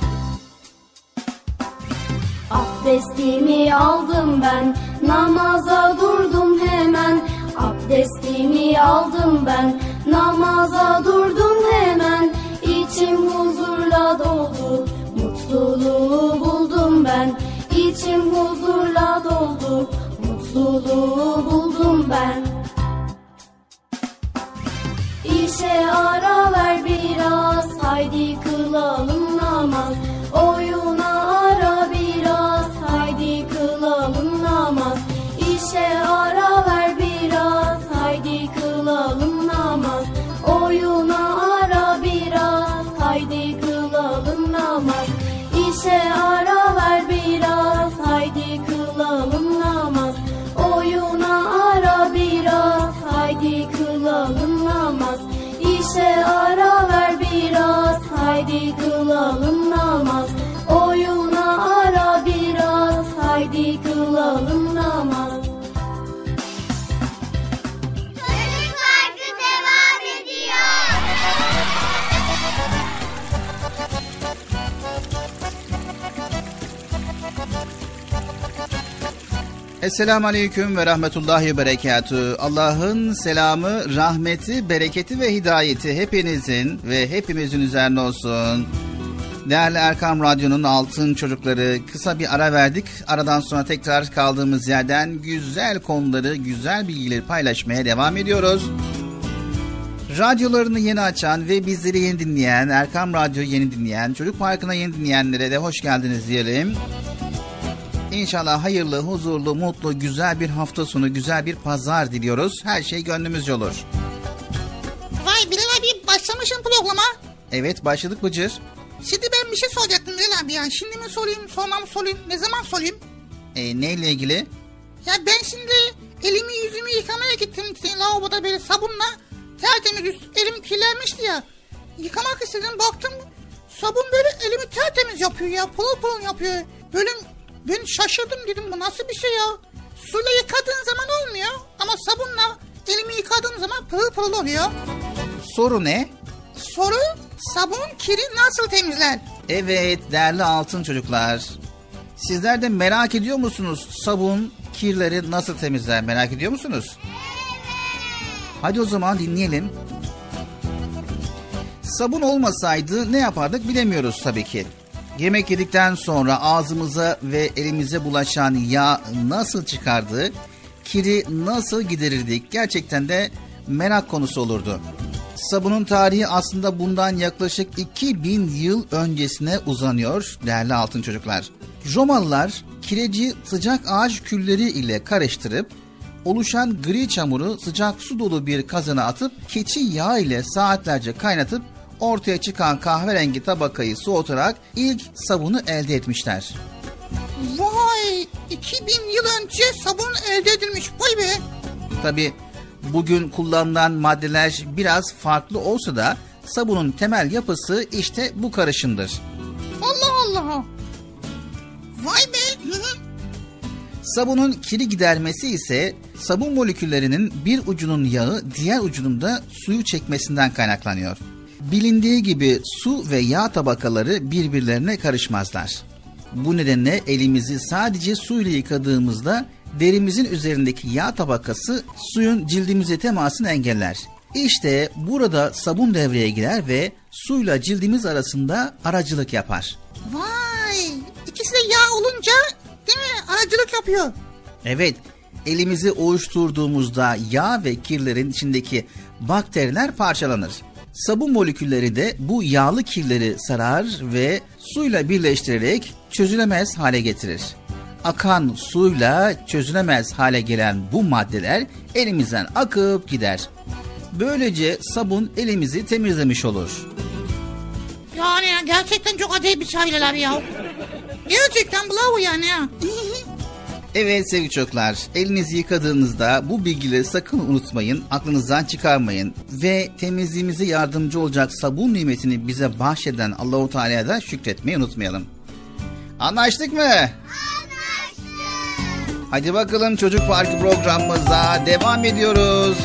[SPEAKER 16] Abdestimi aldım ben, namaza durdum hemen. Abdestimi aldım ben, namaza durdum hemen. İçim huzurla doldu, mutluluğu buldum ben. İçim huzurla doldu, mutluluğu buldum ben. İşe ara ver biraz, haydi kılalım namaz. Oyuna ara biraz, haydi kılalım namaz. İşe ara ver biraz, haydi kılalım namaz. Oyuna ara biraz, haydi kılalım namaz. İşe ara ver biraz, haydi kılalım namaz. Oyuna ara biraz, haydi kılalım namaz. İşe ara ver biraz, haydi kılalım namaz. Oyuna ara biraz, haydi kılalım namaz.
[SPEAKER 8] Çocuk Parkı devam ediyor.
[SPEAKER 14] Esselamu Aleyküm ve Rahmetullahi ve Berekatühü. Allah'ın selamı, rahmeti, bereketi ve hidayeti hepinizin ve hepimizin üzerine olsun. Değerli Erkam Radyo'nun altın çocukları, kısa bir ara verdik. Aradan sonra tekrar kaldığımız yerden güzel konuları, güzel bilgileri paylaşmaya devam ediyoruz. Radyolarını yeni açan ve bizleri yeni dinleyen, Erkam Radyo'yu yeni dinleyen, Çocuk Parkı'na yeni dinleyenlere de hoş geldiniz diyelim. İnşallah hayırlı, huzurlu, mutlu, güzel bir hafta sonu, güzel bir pazar diliyoruz. Her şey gönlümüzce olur.
[SPEAKER 3] Vay Bilal abi, başlamışsın programa.
[SPEAKER 14] Evet, başladık Bıcır.
[SPEAKER 3] Şimdi ben bir şey soracaktım Bilal abi ya. Şimdi mi sorayım, sonra mı sorayım, ne zaman sorayım?
[SPEAKER 14] Neyle ilgili?
[SPEAKER 3] Ya ben şimdi elimi yüzümü yıkamaya gittim lavaboda böyle sabunla. Tertemiz elim kirlenmişti ya. Yıkamak istedim, baktım sabun böyle elimi tertemiz yapıyor ya. Pırıl pırıl yapıyor. Böyle ben şaşırdım, dedim bu nasıl bir şey ya. Suyla yıkadığın zaman olmuyor ama sabunla elimi yıkadığım zaman pırıl pırıl oluyor.
[SPEAKER 14] Soru ne?
[SPEAKER 3] Soru, sabun kiri nasıl temizler?
[SPEAKER 14] Evet değerli altın çocuklar. Sizler de merak ediyor musunuz? Sabun kirleri nasıl temizler, merak ediyor musunuz? Hadi o zaman dinleyelim. Sabun olmasaydı ne yapardık bilemiyoruz tabii ki. Yemek yedikten sonra ağzımıza ve elimize bulaşan yağ nasıl çıkardı? Kiri nasıl giderirdik? Gerçekten de merak konusu olurdu. sabunun tarihi aslında bundan yaklaşık 2000 yıl öncesine uzanıyor değerli altın çocuklar. Romalılar kireci sıcak ağaç külleri ile karıştırıp oluşan gri çamuru sıcak su dolu bir kazana atıp keçi yağı ile saatlerce kaynatıp ortaya çıkan kahverengi tabakayı soğutarak ilk sabunu elde etmişler.
[SPEAKER 3] Vay, 2000 yıl önce sabun elde edilmiş, vay be.
[SPEAKER 14] Tabii bugün kullanılan maddeler biraz farklı olsa da sabunun temel yapısı işte bu karışımdır.
[SPEAKER 3] Allah Allah. Vay be.
[SPEAKER 14] Sabunun kiri gidermesi ise sabun moleküllerinin bir ucunun yağı diğer ucunun da suyu çekmesinden kaynaklanıyor. Bilindiği gibi su ve yağ tabakaları birbirlerine karışmazlar. Bu nedenle elimizi sadece suyla yıkadığımızda derimizin üzerindeki yağ tabakası suyun cildimize temasını engeller. İşte burada sabun devreye girer ve suyla cildimiz arasında aracılık yapar.
[SPEAKER 3] Vay, ikisi de yağ olunca değil mi aracılık yapıyor.
[SPEAKER 14] Evet, elimizi ovuşturduğumuzda yağ ve kirlerin içindeki bakteriler parçalanır. Sabun molekülleri de bu yağlı kirleri sarar ve suyla birleştirerek çözülemez hale getirir. Akan suyla çözülemez hale gelen bu maddeler elimizden akıp gider. Böylece sabun elimizi temizlemiş olur.
[SPEAKER 3] Yani gerçekten çok acayip bir şeyler ya. Gerçekten bravo yani ya.
[SPEAKER 14] Evet sevgili çocuklar, elinizi yıkadığınızda bu bilgileri sakın unutmayın, aklınızdan çıkarmayın ve temizliğimize yardımcı olacak sabun nimetini bize bahşeden Allah-u Teala'ya da şükretmeyi unutmayalım. Anlaştık mı? Anlaştık. Hadi bakalım Çocuk Parkı programımıza devam ediyoruz.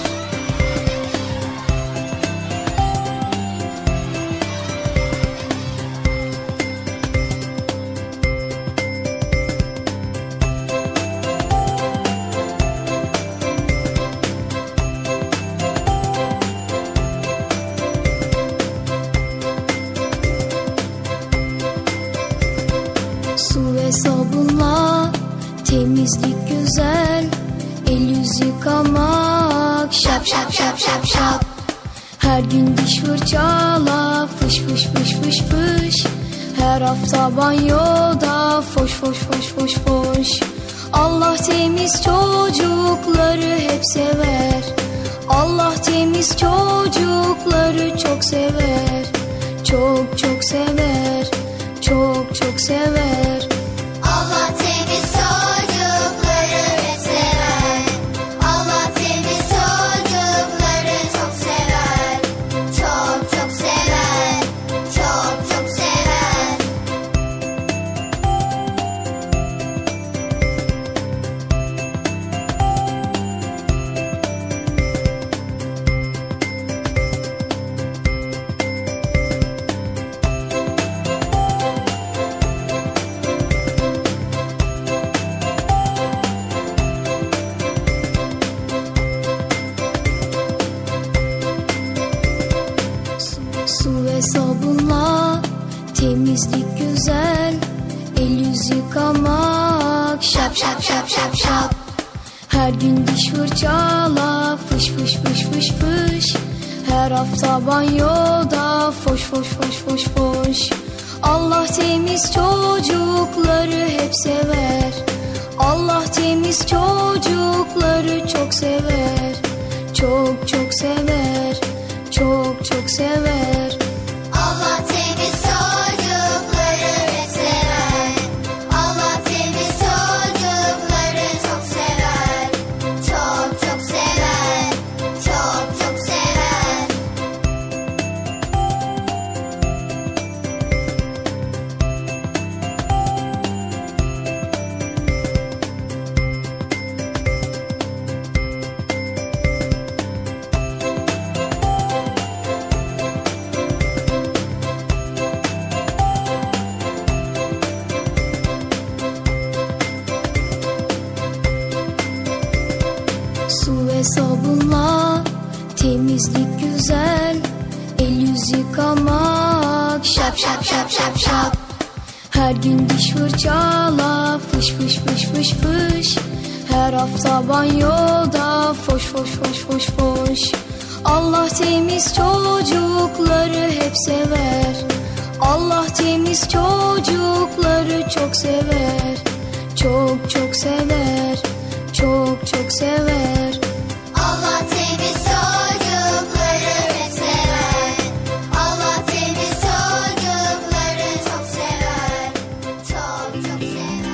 [SPEAKER 16] Sabunla temizlik güzel, el yüz yıkamak şap şap şap şap şap. Her gün diş fırçala fış fış fış fış fış. Her hafta banyoda foş foş foş foş foş. Allah temiz çocukları hep sever. Allah temiz çocukları çok sever. Çok çok sever. Çok çok sever.
[SPEAKER 8] Allah temiz çocukları hep sever. Allah temiz çocukları çok sever. Çok çok sever. Çok çok sever.
[SPEAKER 16] Sabunla temizlik güzel, el yüz yıkamak şap şap şap şap şap. Her gün diş fırçala fış fış fış fış fış. Her hafta banyoda foş foş foş foş foş. Allah temiz çocukları hep sever. Allah temiz çocukları çok sever. Çok çok sever. Çok çok sever.
[SPEAKER 8] Allah temiz çocukları hep sever. Allah temiz çocukları çok sever. Çok çok sever. Çok çok sever.
[SPEAKER 16] Sabunla temizlik güzel, el yüz yıkamak şap şap şap şap şap. Her gün diş fırçala fış fış fış fış fış. Her hafta banyoda foş foş foş foş foş. Allah temiz çocukları hep sever. Allah temiz çocukları çok sever. Çok çok sever. Çok çok sever.
[SPEAKER 8] Allah temiz çocukları hep sever. Allah temiz çocukları çok sever. Çok çok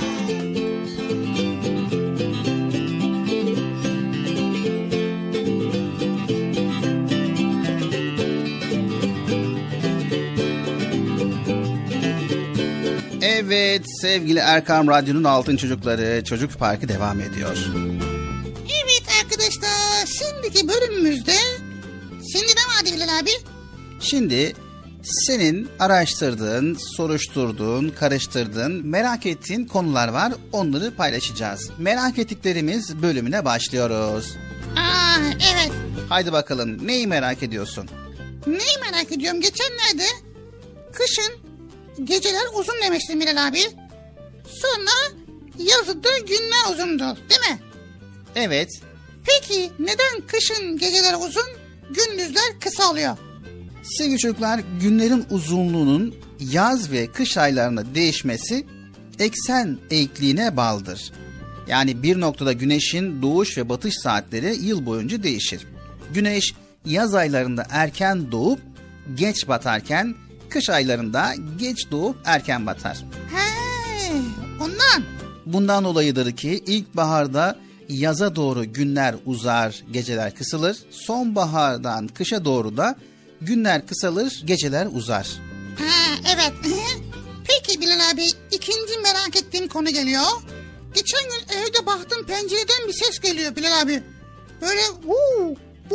[SPEAKER 14] Evet sevgili Erkam Radyo'nun Altın Çocukları Çocuk Parkı devam ediyor.
[SPEAKER 3] Evet arkadaşlar, şimdiki bölümümüzde şimdi ne vardı Bilal abi?
[SPEAKER 14] Şimdi senin araştırdığın, soruşturduğun, karıştırdığın, merak ettiğin konular var. Onları paylaşacağız. Merak ettiklerimiz bölümüne başlıyoruz.
[SPEAKER 3] Aa evet.
[SPEAKER 14] Haydi bakalım, neyi merak ediyorsun?
[SPEAKER 3] Neyi merak ediyorum? Geçenlerde kışın geceler uzun demiştin Bilal abi. Sonra yazıda günler uzundu değil mi?
[SPEAKER 14] Evet.
[SPEAKER 3] Peki neden kışın geceler uzun, gündüzler kısa oluyor?
[SPEAKER 14] Sevgili çocuklar, günlerin uzunluğunun yaz ve kış aylarında değişmesi eksen eğikliğine bağlıdır. Yani bir noktada güneşin doğuş ve batış saatleri yıl boyunca değişir. Güneş yaz aylarında erken doğup geç batarken kış aylarında geç doğup erken batar.
[SPEAKER 3] He, ondan.
[SPEAKER 14] Bundan dolayıdır ki ilkbaharda yaza doğru günler uzar, geceler kısalır. Sonbahardan kışa doğru da günler kısalır, geceler uzar.
[SPEAKER 3] Ha, evet. Peki Bilal abi, ikinci merak ettiğim konu geliyor. Geçen gün evde baktım, pencereden bir ses geliyor Bilal abi. Böyle huu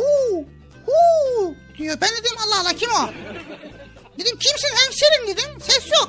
[SPEAKER 3] diyor. Ben dedim Allah Allah, kim o? Dedim kimsin hemşerim dedim. Ses yok.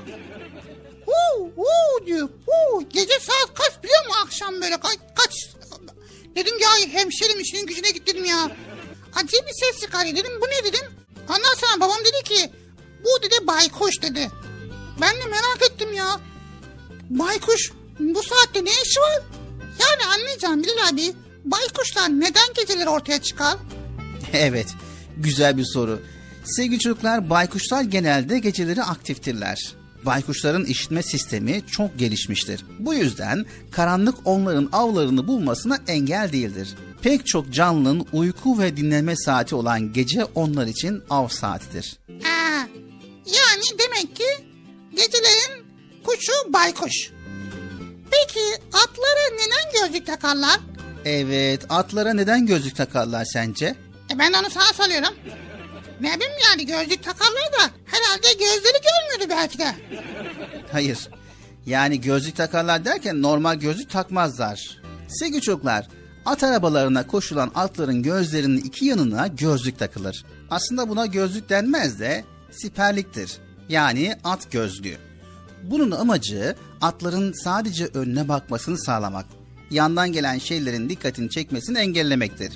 [SPEAKER 3] Huu diyor. Gece saat kaç biliyor musun akşam böyle kaç? Dedim ya hemşerim işinin gücüne git dedim ya. Acayip bir ses çıkarıyor dedim. Bu ne dedim. Ondan sonra babam dedi ki bu dedi baykuş dedi. Ben de merak ettim ya. Baykuş bu saatte ne işi var? Yani anlayacağım Bilal abi. Baykuşlar neden geceleri ortaya çıkar?
[SPEAKER 14] Evet, güzel bir soru. Sevgili çocuklar, baykuşlar genelde geceleri aktiftirler. Baykuşların işitme sistemi çok gelişmiştir. Bu yüzden karanlık onların avlarını bulmasına engel değildir. Pek çok canlının uyku ve dinlenme saati olan gece onlar için av saatidir.
[SPEAKER 3] Yani demek ki gecelerin kuşu baykuş. Peki atlara neden gözlük takarlar?
[SPEAKER 14] Evet, atlara neden gözlük takarlar sence?
[SPEAKER 3] Ben onu sana soruyorum. Ne bileyim yani, gözlük takarlar da herhalde gözleri görmüyordu belki de.
[SPEAKER 14] Hayır. Yani gözlük takarlar derken normal gözlük takmazlar. Sevgili çocuklar, at arabalarına koşulan atların gözlerinin iki yanına gözlük takılır. Aslında buna gözlük denmez de siperliktir. Yani at gözlüğü. Bunun amacı atların sadece önüne bakmasını sağlamak. Yandan gelen şeylerin dikkatini çekmesini engellemektir.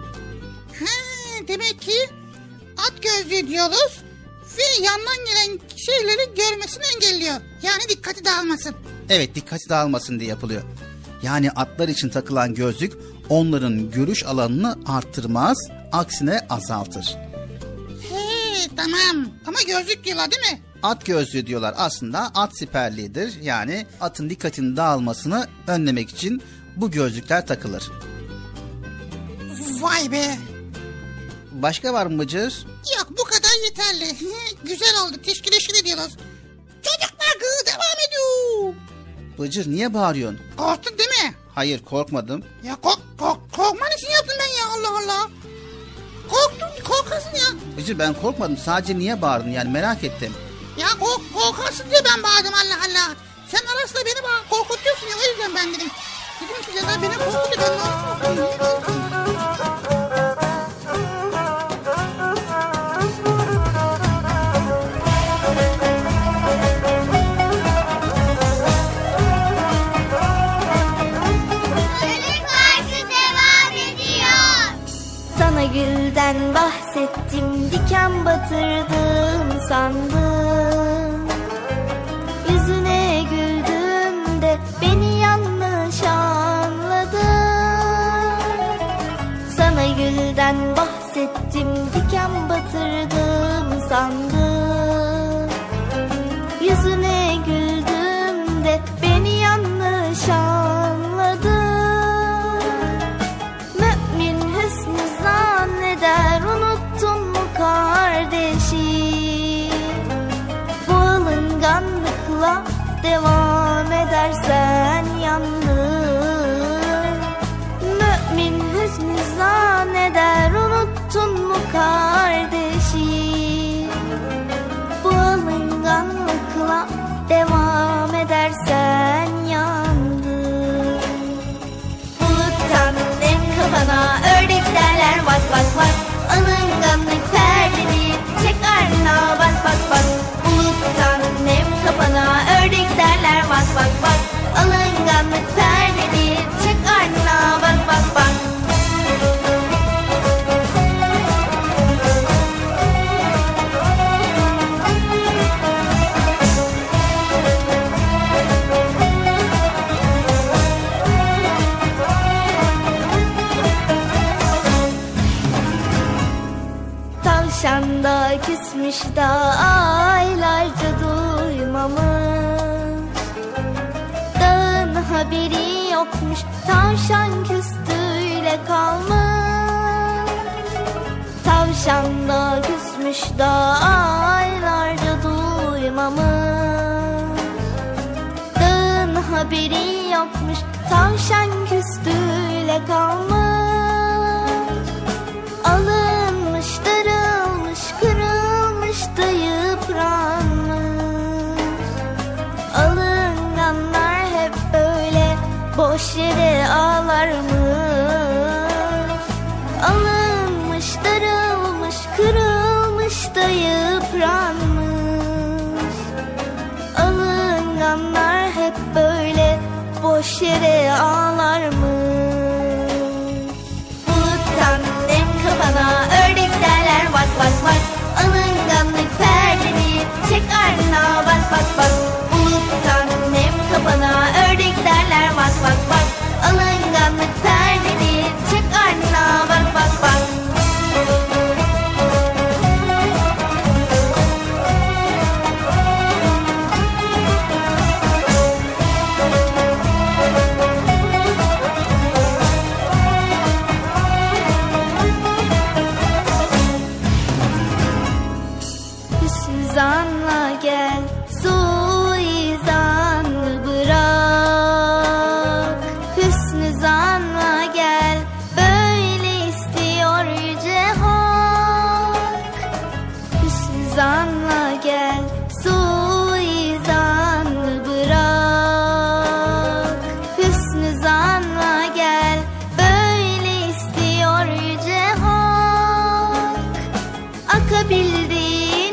[SPEAKER 3] Demek ki at gözlüğü diyoruz ve yandan gelen şeyleri görmesini engelliyor. Yani dikkati dağılmasın.
[SPEAKER 14] Evet, dikkati dağılmasın diye yapılıyor. Yani atlar için takılan gözlük onların görüş alanını arttırmaz, aksine azaltır.
[SPEAKER 3] Tamam ama gözlük diyorlar değil mi?
[SPEAKER 14] At gözlüğü diyorlar. Aslında at siperliğidir. Yani atın dikkatinin dağılmasını önlemek için bu gözlükler takılır.
[SPEAKER 3] Vay be.
[SPEAKER 14] Başka var mı Bıcır?
[SPEAKER 3] Yok, bu kadar yeterli. Güzel oldu, teşekkür ediyoruz. Çocuklar devam ediyor.
[SPEAKER 14] Bıcır niye bağırıyorsun?
[SPEAKER 3] Korktun değil mi?
[SPEAKER 14] Hayır, korkmadım.
[SPEAKER 3] Ya korkman için yaptım ben ya, Allah Allah. Korkarsın ya.
[SPEAKER 14] Bıcır ben korkmadım, sadece niye bağırdın yani, merak ettim.
[SPEAKER 3] Ya korkarsın diye ben bağırdım, Allah Allah. Sen arasında beni korkutuyorsun ya, o yüzden ben dedim. Dedim ki ya beni korkutuyor, ben ne
[SPEAKER 1] Sana gülden bahsettim, diken batırdım sandım. Yüzüne güldüm de beni yanlış anladın. Sana gülden bahsettim, ettim, diken batırdım sandım. Yüzüne güldüm de beni yanlış anladı. Mümin hüsnü zanneder, unuttun mu kardeşim? Bu alınganlıkla devam edersen yandın. Mümin hüsnü zanneder, unuttun mu kardeşim? Bu alınganlıkla devam edersen yandın. Buluttan nem kafana, ördek derler vak vak vak. Alınganlık perdeni çek ardına bak bak bak. Buluttan nem kafana, ördek derler vak vak vak. Alınganlık perdeni çek ardına bak bak bak. Tavşan da küsmüş da aylarca duymamış. Dağın haberi yokmuş, tavşan küstüyle kalmış. Tavşan da küsmüş da aylarca duymamış. Dağın haberi yokmuş, tavşan küstüyle kalmış. Alınmış, darılmış, kırılmış da yıpranmış. Alınganlar hep böyle boş yere ağlarmış. Alınmış, darılmış, kırılmış da yıpranmış. Alınganlar hep böyle boş yere ağlarmış. Buluttan nem kafana, ördek derler vak vak vak. Alınganlık perdeni çek ardına bak bak bak. Buluttan nem kafana, ördek derler vak vak vak. Alınganlık perdeni çek ardına bak bak bak. Zanla gel, suizanı bırak. Hüsnü zanla gel, böyle istiyor yüce hak. Hüsnü zanla gel, suizanı bırak. Hüsnü zanla gel, böyle istiyor yüce hak. Akabildi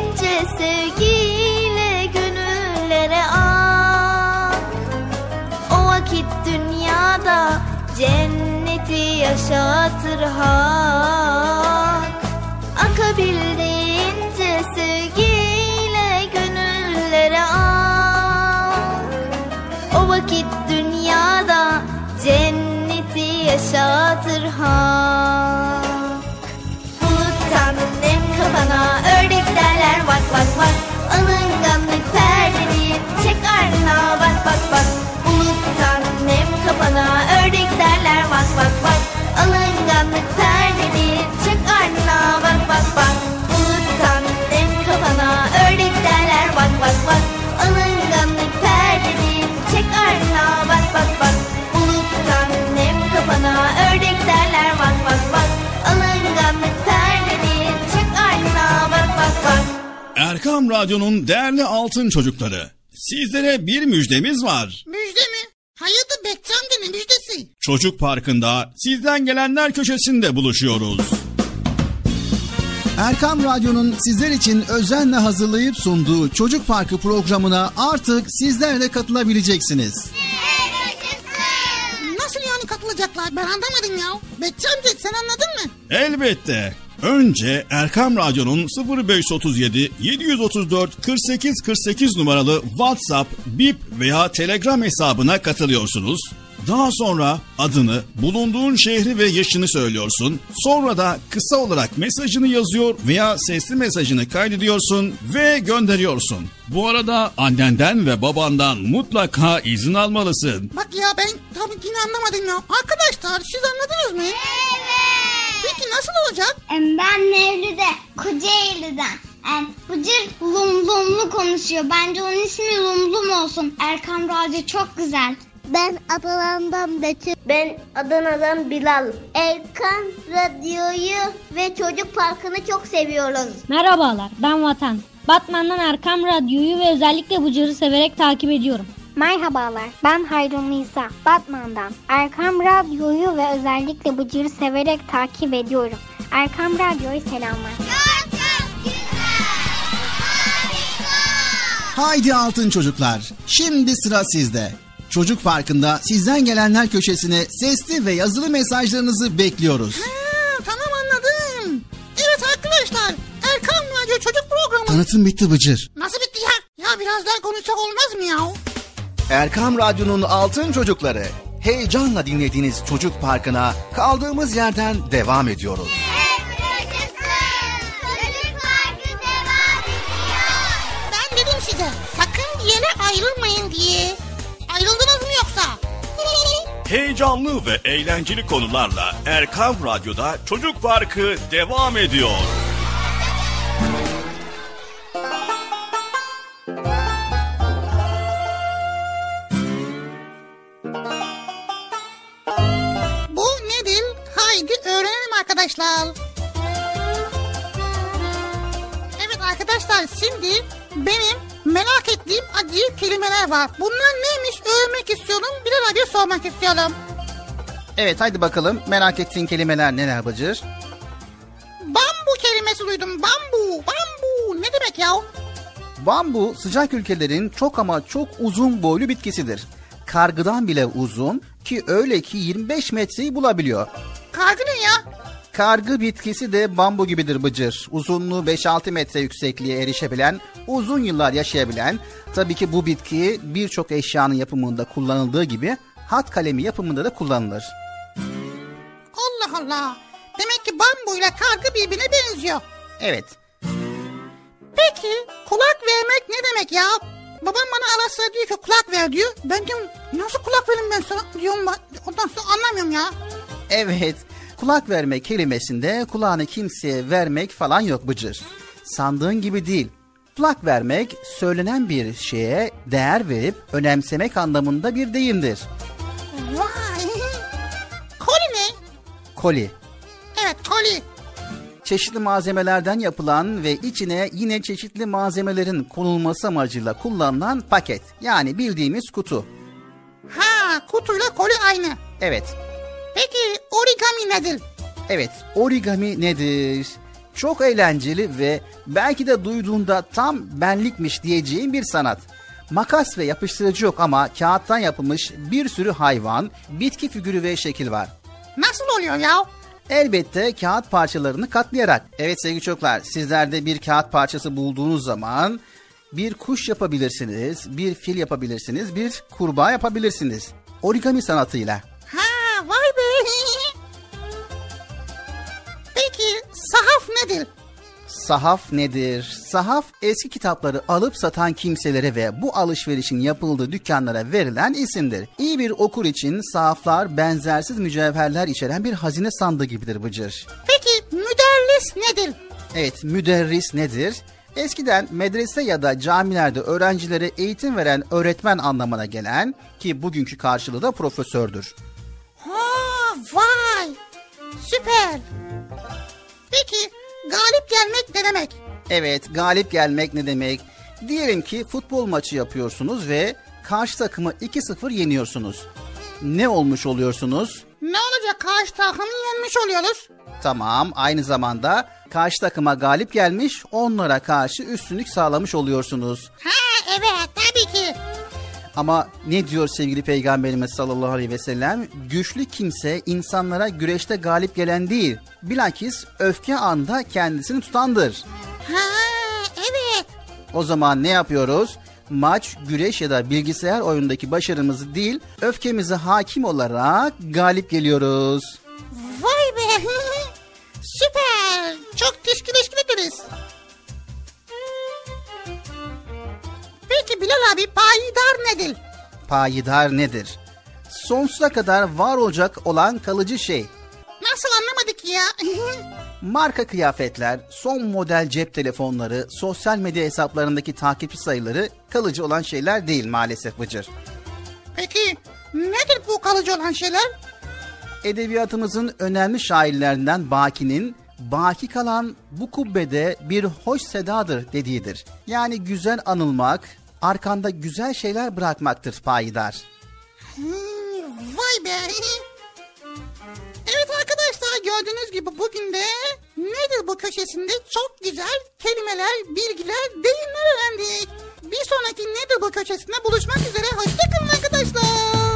[SPEAKER 1] sevgiyle gönüllere ak. O vakit dünyada cenneti yaşatır hak. Akabildiğince sevgiyle gönüllere ak. O vakit dünyada cenneti yaşatır hak. Buluttan nem kafana, ördek derler vak vak vak. Alınganlık perdeni çek ardına bak bak bak. Buluttan nem kafana, ördek derler vak vak vak. Alınganlık perdeni çek ardına bak bak bak. Buluttan nem kafana, ördek derler vak vak vak. Alınganlık perdeni çek ardına bak bak bak. Buluttan nem kafana, ördek derler vak vak vak. Alınganlık perdeni çek ardına bak bak bak.
[SPEAKER 4] Erkam Radyo'nun değerli altın çocukları, sizlere bir müjdemiz var.
[SPEAKER 3] Müjde mi? Hayırdır Bekçi amca, ne müjdesi?
[SPEAKER 4] Çocuk Parkı'nda sizden gelenler köşesinde buluşuyoruz.
[SPEAKER 2] Erkam Radyo'nun sizler için özenle hazırlayıp sunduğu Çocuk Parkı programına artık sizler de katılabileceksiniz.
[SPEAKER 3] Nasıl yani katılacaklar? Ben anlamadım ya. Bekçi amca sen anladın mı?
[SPEAKER 4] Elbette. Önce Erkam Radyo'nun 0537 734 48 48 numaralı WhatsApp, Bip veya Telegram hesabına katılıyorsunuz. Daha sonra adını, bulunduğun şehri ve yaşını söylüyorsun. Sonra da kısa olarak mesajını yazıyor veya sesli mesajını kaydediyorsun ve gönderiyorsun. Bu arada annenden ve babandan mutlaka izin almalısın.
[SPEAKER 3] Bak ya ben tabii yine anlamadım ya. Arkadaşlar siz anladınız mı? Evet. Peki nasıl olacak?
[SPEAKER 11] Ben Mevlüt'e Kocaeli'den. Bıcır lumlu konuşuyor. Bence onun ismi Lumlum olsun. Erkam Radyo çok güzel. Ben Adana'dan Betül. Ben Adana'dan Bilal. Erkam Radyo'yu ve Çocuk Parkı'nı çok seviyoruz.
[SPEAKER 10] Merhabalar, ben Vatan. Batman'dan Erkam Radyo'yu ve özellikle Bıcır'ı severek takip ediyorum.
[SPEAKER 11] Merhabalar, ben Hayrun Nisa. Batman'dan Erkam Radyo'yu ve özellikle Bıcır'ı severek takip ediyorum. Erkam Radyo'ya selamlar.
[SPEAKER 2] Haydi altın çocuklar, şimdi sıra sizde. Çocuk Parkı'nda sizden gelenler köşesine sesli ve yazılı mesajlarınızı bekliyoruz.
[SPEAKER 3] Tamam anladım. Evet arkadaşlar, Erkam Radyo Çocuk Programı.
[SPEAKER 2] Tanıtım bitti Bıcır.
[SPEAKER 3] Nasıl bitti ya? Ya biraz daha konuşsak olmaz mı ya?
[SPEAKER 2] Erkam Radyo'nun altın çocukları. Heyecanla dinlediğiniz Çocuk Parkı'na kaldığımız yerden devam ediyoruz.
[SPEAKER 3] Ben dedim size, sakın bir yere ayrılmayın diye. Ayrıldınız mı yoksa?
[SPEAKER 13] Heyecanlı ve eğlenceli konularla Erkam Radyo'da Çocuk Parkı devam ediyor.
[SPEAKER 3] Bu nedir? Haydi öğrenelim arkadaşlar. Evet arkadaşlar, şimdi benim merak ettiğim acayip kelimeler var. Bunlar neymiş öğrenmek istiyorum. Bilal abiye sormak istiyorum.
[SPEAKER 14] Evet haydi bakalım, merak ettiğin kelimeler neler Bıcır?
[SPEAKER 3] Bambu kelimesi duydum. Bambu. Ne demek ya?
[SPEAKER 14] Bambu sıcak ülkelerin çok ama çok uzun boylu bitkisidir. Kargıdan bile uzun ki öyle ki 25 metreyi bulabiliyor.
[SPEAKER 3] Kargı ne ya?
[SPEAKER 14] Kargı bitkisi de bambu gibidir Bıcır. Uzunluğu 5-6 metre yüksekliğe erişebilen, uzun yıllar yaşayabilen, tabii ki bu bitki birçok eşyanın yapımında kullanıldığı gibi hat kalemi yapımında da kullanılır.
[SPEAKER 3] Allah Allah. Demek ki bambu ile kargı birbirine benziyor.
[SPEAKER 14] Evet.
[SPEAKER 3] Peki kulak vermek ne demek ya? Babam bana ara sıra diyor ki kulak ver diyor. Ben diyorum nasıl kulak vereyim ben sana diyorum. Ondan sonra anlamıyorum ya.
[SPEAKER 14] Evet. Kulak vermek kelimesinde kulağını kimseye vermek falan yok Bıcır. Sandığın gibi değil. Kulak vermek söylenen bir şeye değer verip önemsemek anlamında bir deyimdir.
[SPEAKER 3] Vay. Koli ne?
[SPEAKER 14] Koli.
[SPEAKER 3] Evet koli.
[SPEAKER 14] Çeşitli malzemelerden yapılan ve içine yine çeşitli malzemelerin konulması amacıyla kullanılan paket. Yani bildiğimiz kutu.
[SPEAKER 3] Ha, kutuyla koli aynı.
[SPEAKER 14] Evet.
[SPEAKER 3] Peki origami nedir?
[SPEAKER 14] Evet, origami nedir? Çok eğlenceli ve belki de duyduğunda tam benlikmiş diyeceğim bir sanat. Makas ve yapıştırıcı yok ama kağıttan yapılmış bir sürü hayvan, bitki figürü ve şekil var.
[SPEAKER 3] Nasıl oluyor ya?
[SPEAKER 14] Elbette kağıt parçalarını katlayarak. Evet sevgili çocuklar, sizler de bir kağıt parçası bulduğunuz zaman bir kuş yapabilirsiniz, bir fil yapabilirsiniz, bir kurbağa yapabilirsiniz. Origami sanatıyla.
[SPEAKER 3] Ha, vay be. Peki sahaf nedir?
[SPEAKER 14] Sahaf nedir? Sahaf eski kitapları alıp satan kimselere ve bu alışverişin yapıldığı dükkanlara verilen isimdir. İyi bir okur için sahaflar benzersiz mücevherler içeren bir hazine sandığı gibidir Bıcır.
[SPEAKER 3] Peki müderris nedir?
[SPEAKER 14] Evet, müderris nedir? Eskiden medrese ya da camilerde öğrencilere eğitim veren öğretmen anlamına gelen ki bugünkü karşılığı da profesördür.
[SPEAKER 3] Ha, vay. Süper. Peki galip gelmek ne demek?
[SPEAKER 14] Evet, galip gelmek ne demek? Diyelim ki futbol maçı yapıyorsunuz ve karşı takımı 2-0 yeniyorsunuz. Ne olmuş oluyorsunuz?
[SPEAKER 3] Ne olacak? Karşı takımı yenmiş oluyoruz.
[SPEAKER 14] Tamam, aynı zamanda karşı takıma galip gelmiş, onlara karşı üstünlük sağlamış oluyorsunuz.
[SPEAKER 3] Ha, evet, tabii ki.
[SPEAKER 14] Ama ne diyor sevgili Peygamberimiz sallallahu aleyhi ve sellem? Güçlü kimse insanlara güreşte galip gelen değil, bilakis öfke anda kendisini tutandır.
[SPEAKER 3] Ha, evet.
[SPEAKER 14] O zaman ne yapıyoruz? maç, güreş ya da bilgisayar oyundaki başarımızı değil, öfkemize hakim olarak galip geliyoruz.
[SPEAKER 3] Vay be! Süper! Çok teşekkür ederiz. Peki Bilal abi, payidar nedir?
[SPEAKER 14] Payidar nedir? Sonsuza kadar var olacak olan kalıcı şey.
[SPEAKER 3] Nasıl, anlamadık ya?
[SPEAKER 14] Marka kıyafetler, son model cep telefonları, sosyal medya hesaplarındaki takipçi sayıları kalıcı olan şeyler değil maalesef Bıcır.
[SPEAKER 3] Peki nedir bu kalıcı olan şeyler?
[SPEAKER 14] Edebiyatımızın önemli şairlerinden Baki'nin "Baki kalan bu kubbede bir hoş sedadır" dediğidir. Yani güzel anılmak, arkanda güzel şeyler bırakmaktır payidar.
[SPEAKER 3] Vay be! Evet arkadaşlar, gördüğünüz gibi bugün de nedir bu köşesinde çok güzel kelimeler, bilgiler, deyimler öğrendik. Bir sonraki nedir bu köşesinde buluşmak üzere. Hoşçakalın arkadaşlar.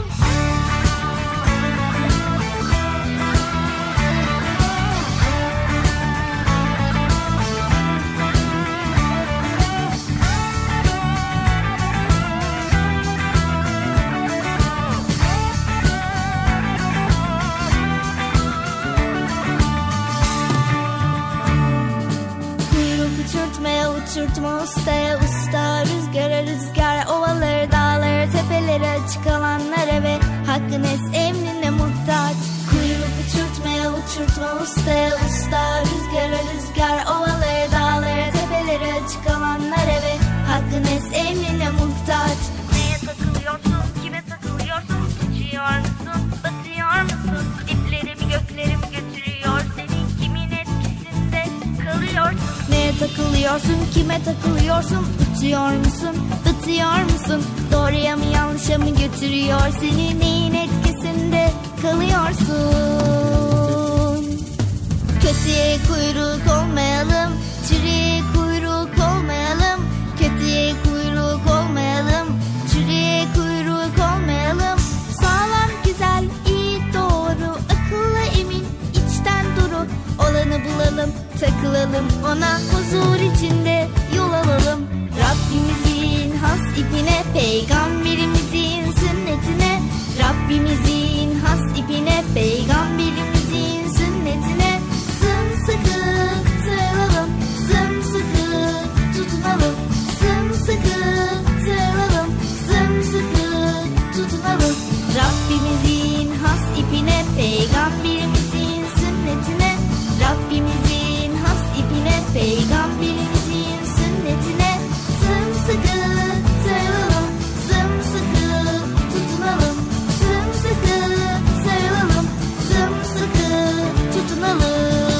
[SPEAKER 1] Uçurtma ustaya usta, rüzgara rüzgar, ovaları dağları tepeleri açık alanlara ve hakkın emrine muhtaç. Kuyruk uçurtmaya uçurtma ustaya usta, rüzgara rüzgar, ovaları dağları tepeleri açık alanlara ve hakkın emrine muhtaç. Neye takılıyorsun, kime takılıyorsun, uçuyor musun, batıyor musun, diplerimi göklerimi götürüyor, senin kimin etkisinde kalıyorsun. Neye takılıyorsun, kime takılıyorsun, uçuyor musun, batıyor musun, doğruya mı yanlışa mı götürüyor, seni neyin etkisinde kalıyorsun. Kötüye kuyruk olmayalım, çürüye kuyruk olmayalım, kötüye kuyruk olmayalım, çürüye kuyruk olmayalım. Sağlam, güzel, iyi, doğru, akıllı, emin, içten duru olanı bulalım, takılalım ona, huzur içinde yol alalım. Rabbimizin has ipine, peygamberimizin sünnetine, Rabbimizin has ipine, peygamberimizin sünnetine sımsıkı sarılalım, sımsıkı tutunalım, sımsıkı sarılalım, sımsıkı tutunalım. Rabbimizin has ipine, peygamberimizin sünnetine, Rabbimizin has ipine, peygamberimizin sünnetine sımsıkı sarılalım, sımsıkı tutunalım, sımsıkı sarılalım, sımsıkı tutunalım.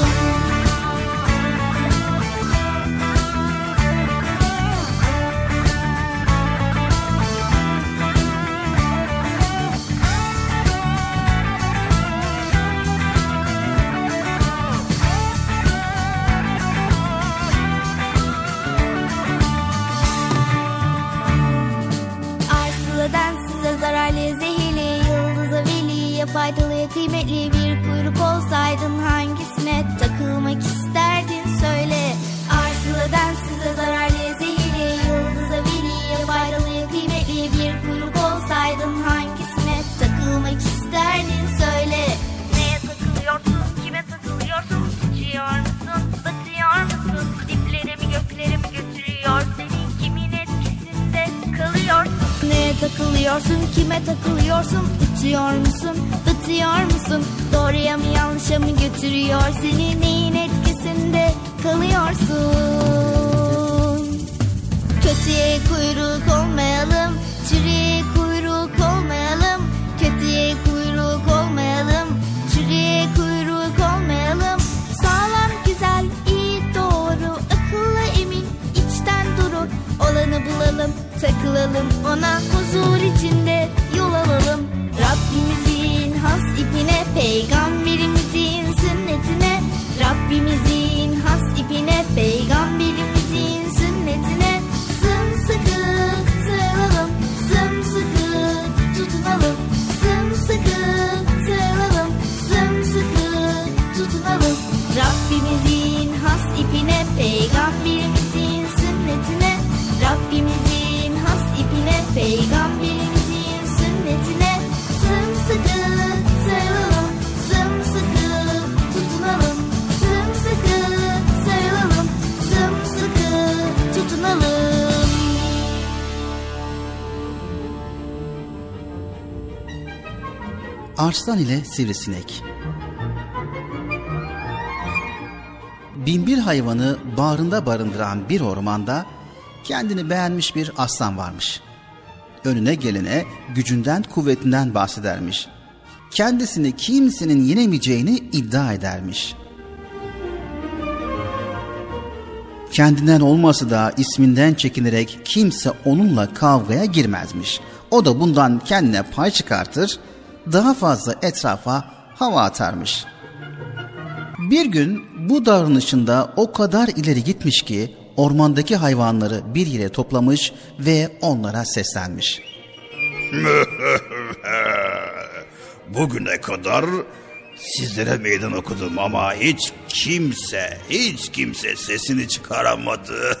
[SPEAKER 1] Zararlı, zehirli, yıldıza veliye faydalı, kıymetli bir kuyruk olsaydın hangisine takılmak isterdin söyle. Arsılıdan size zararlı, zehirli, yıldıza veliye faydalı, kıymetli bir kuyruk olsaydın hangisine takılmak isterdin söyle. Neye takılıyorsun, kime takılıyorsun, uçuyor musun, batıyor musun, diplerimi göklerimi götürüyor, senin kimin etkisinde kalıyorsun. Neye takılıyorsun, kime takılıyorsun, uçuyor musun, batıyor musun, doğruya mı yanlışa mı götürüyor, seni neyin etkisinde kalıyorsun. Kötüye kuyruk olmayalım, çürüye kuyruk olmayalım, kötüye kuyruk olmayalım, çürüye kuyruk olmayalım. Sağlam, güzel, iyi, doğru, akıllı, emin, içten duru olanı bulalım, takılalım ona, huzur içinde yol alalım. Rabbimizin has ipine, peygamberimizin sünnetine, Rabbimizin has ipine, peygamberimizin sünnetine sımsıkı sarılalım, sımsıkı tutunalım, sımsıkı sarılalım, sımsıkı tutunalım. Rabbimizin has ipine, peygamberimizin sünnetine, Rabbimizin has
[SPEAKER 14] Arslan ile Sivrisinek. Binbir hayvanı bağrında barındıran bir ormanda kendini beğenmiş bir aslan varmış. Önüne gelene gücünden, kuvvetinden bahsedermiş. Kendisini kimsenin yenemeyeceğini iddia edermiş. Kendinden olması da isminden çekinerek kimse onunla kavgaya girmezmiş. O da bundan kendine pay çıkartır, daha fazla etrafa hava atarmış. Bir gün bu davranışında o kadar ileri gitmiş ki ormandaki hayvanları bir yere toplamış ve onlara seslenmiş.
[SPEAKER 4] Bugüne kadar sizlere meydan okudum ama hiç kimse sesini çıkaramadı.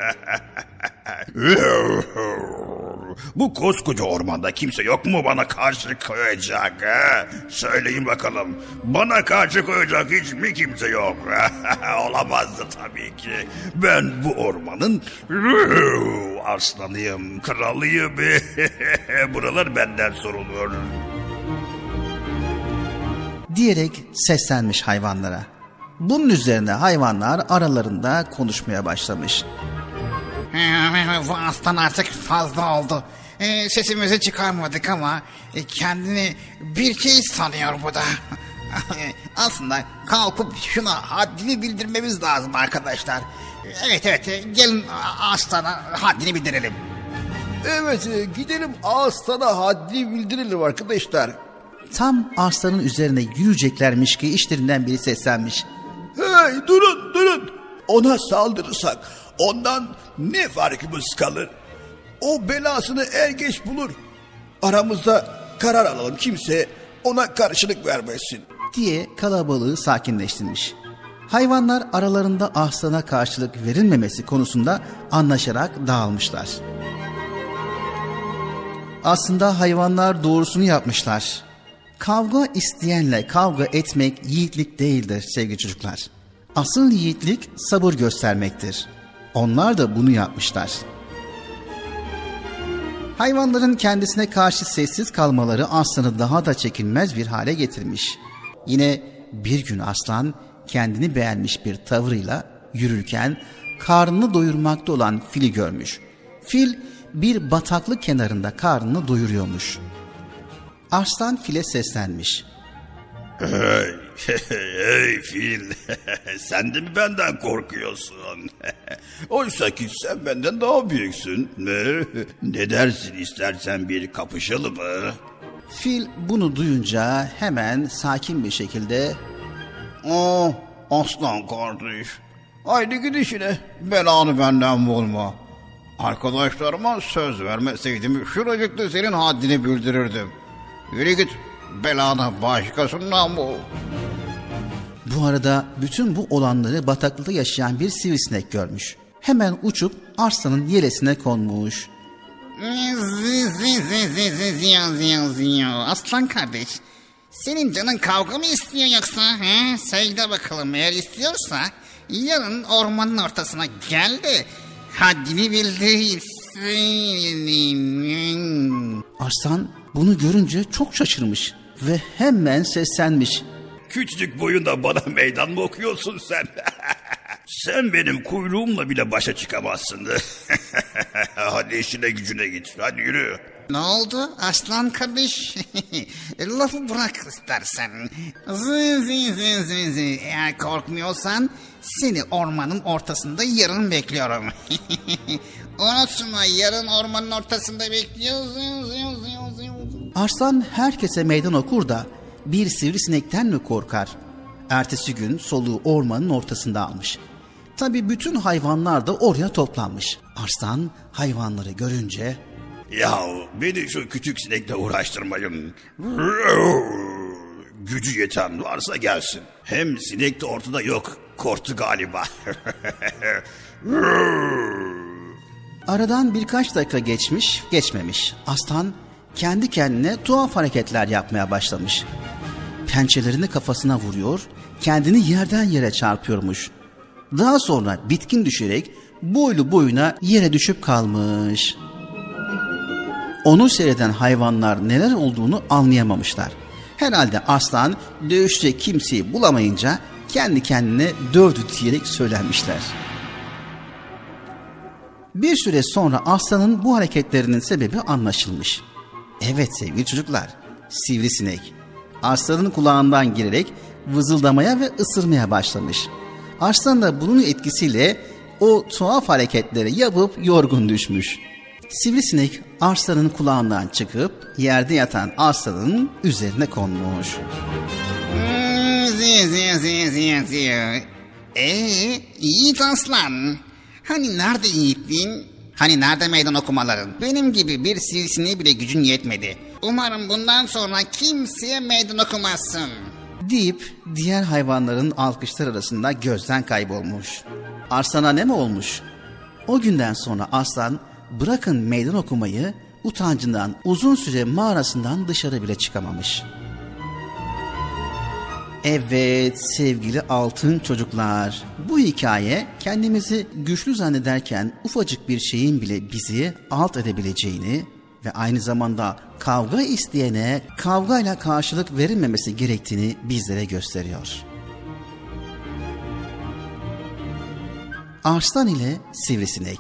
[SPEAKER 4] Bu koskoca ormanda kimse yok mu bana karşı koyacak? He? Söyleyin bakalım. Bana karşı koyacak hiç mi kimse yok? Olamazdı tabii ki. Ben bu ormanın aslanıyım, kralıyım. Buralar benden sorulur.
[SPEAKER 14] Diyerek seslenmiş hayvanlara. Bunun üzerine hayvanlar aralarında konuşmaya başlamış.
[SPEAKER 12] Bu aslan artık fazla oldu. Sesimizi çıkarmadık ama kendini bir şey sanıyor bu da. Aslında kalkıp şuna haddini bildirmemiz lazım arkadaşlar. Evet gelin aslana haddini bildirelim.
[SPEAKER 17] Evet gidelim aslana haddini bildirelim arkadaşlar.
[SPEAKER 14] Tam aslanın üzerine yürüyeceklermiş ki işlerinden biri seslenmiş.
[SPEAKER 17] Hey durun. Ona saldırırsak ondan ne farkımız kalır? O belasını er geç bulur. Aramızda karar alalım, kimse ona karşılık vermesin
[SPEAKER 14] diye kalabalığı sakinleştirmiş. Hayvanlar aralarında aslana karşılık verilmemesi konusunda anlaşarak dağılmışlar. Aslında hayvanlar doğrusunu yapmışlar. Kavga isteyenle kavga etmek yiğitlik değildir sevgili çocuklar. Asıl yiğitlik sabır göstermektir. Onlar da bunu yapmışlar. Hayvanların kendisine karşı sessiz kalmaları aslanı daha da çekilmez bir hale getirmiş. Yine bir gün aslan kendini beğenmiş bir tavırıyla yürürken karnını doyurmakta olan fili görmüş. Fil bir bataklık kenarında karnını doyuruyormuş. Arslan file seslenmiş.
[SPEAKER 4] Hey fil, sen de mi benden korkuyorsun? Oysa ki sen benden daha büyüksün. Ne dersin, istersen bir kapışalım mı?
[SPEAKER 14] Fil bunu duyunca hemen sakin bir şekilde
[SPEAKER 12] Aslan kardeş, haydi git işine, belanı benden bulma. Arkadaşlarıma söz vermeseydim şuracıkta senin haddini bildirirdim. Yürü git, belanı başkasından bul.
[SPEAKER 14] Bu arada bütün bu olanları bataklıkta yaşayan bir sivrisinek görmüş. Hemen uçup arslanın yelesine konmuş.
[SPEAKER 12] Aslan kardeş, senin canın kavga mı istiyor yoksa? Söyle bakalım, eğer istiyorsa yarın ormanın ortasına gel de haddini bildirsin.
[SPEAKER 14] Arslan bunu görünce çok şaşırmış ve hemen seslenmiş.
[SPEAKER 4] Küçücük boyunda bana meydan mı okuyorsun sen? Sen benim kuyruğumla bile başa çıkamazsın. Hadi işine gücüne git. Hadi yürü.
[SPEAKER 12] Ne oldu aslan kardeş? Lafı bırak istersen. Eğer korkmuyorsan seni ormanın ortasında yarın bekliyorum. Unutma, yarın ormanın ortasında bekliyoruz.
[SPEAKER 14] Arslan herkese meydan okur da bir sivrisinekten mi korkar? Ertesi gün soluğu ormanın ortasında almış. Tabii bütün hayvanlar da oraya toplanmış. Arslan hayvanları görünce...
[SPEAKER 4] Yahu beni şu küçük sinekle uğraştırmayın. Gücü yeten varsa gelsin. Hem sinek de ortada yok. Korktu galiba.
[SPEAKER 14] Aradan birkaç dakika geçmemiş. Aslan kendi kendine tuhaf hareketler yapmaya başlamış. Pençelerini kafasına vuruyor, kendini yerden yere çarpıyormuş. Daha sonra bitkin düşerek boylu boyuna yere düşüp kalmış. Onu seyreden hayvanlar neler olduğunu anlayamamışlar. Herhalde aslan dövüşecek kimseyi bulamayınca kendi kendine dövdü diyerek söylenmişler. Bir süre sonra aslanın bu hareketlerinin sebebi anlaşılmış. Evet sevgili çocuklar, sivrisinek aslanın kulağından girerek vızıldamaya ve ısırmaya başlamış. Aslan da bunun etkisiyle o tuhaf hareketleri yapıp yorgun düşmüş. Sivrisinek aslanın kulağından çıkıp yerde yatan aslanın üzerine konmuş.
[SPEAKER 12] Yiğit aslan. Hani nerede yiğitliğin? Hani nerede meydan okumaların? Benim gibi bir sivrisineğe bile gücün yetmedi. Umarım bundan sonra kimseye meydan okumazsın.
[SPEAKER 14] Deyip diğer hayvanların alkışlar arasında gözden kaybolmuş. Aslana ne mi olmuş? O günden sonra aslan bırakın meydan okumayı, utancından uzun süre mağarasından dışarı bile çıkamamış. Evet sevgili altın çocuklar, bu hikaye kendimizi güçlü zannederken ufacık bir şeyin bile bizi alt edebileceğini ve aynı zamanda kavga isteyene kavgayla karşılık verilmemesi gerektiğini bizlere gösteriyor. Arslan ile Sivrisinek.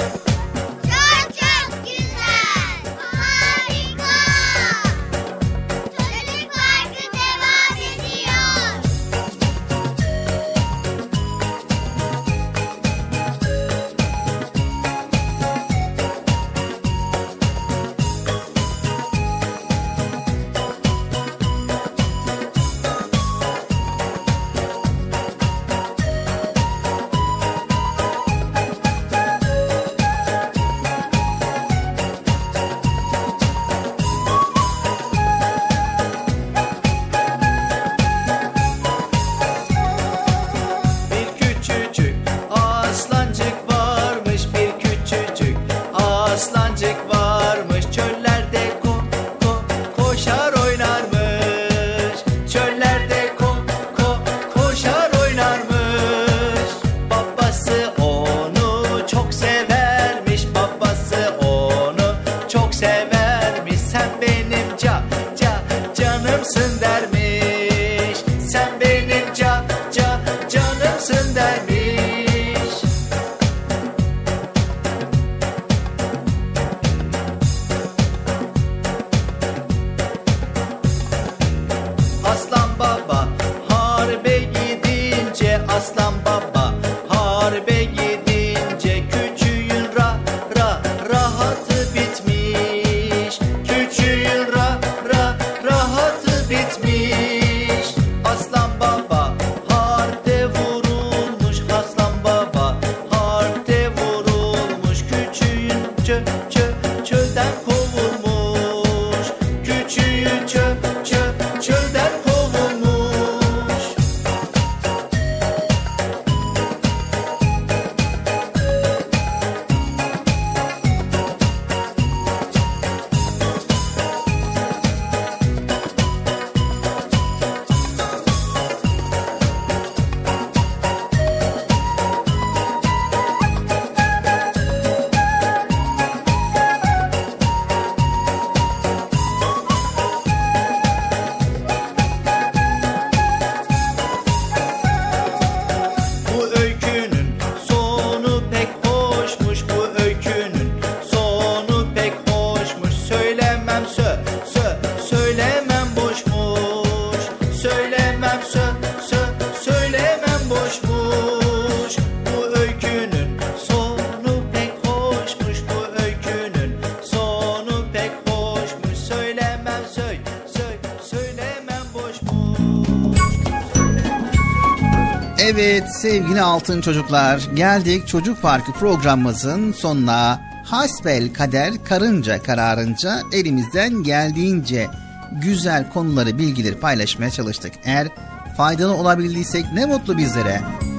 [SPEAKER 14] Evet sevgili altın çocuklar, geldik Çocuk Parkı programımızın sonuna. Hasbel kader karınca kararınca elimizden geldiğince güzel konuları, bilgileri paylaşmaya çalıştık. Eğer faydalı olabildiysek ne mutlu bizlere.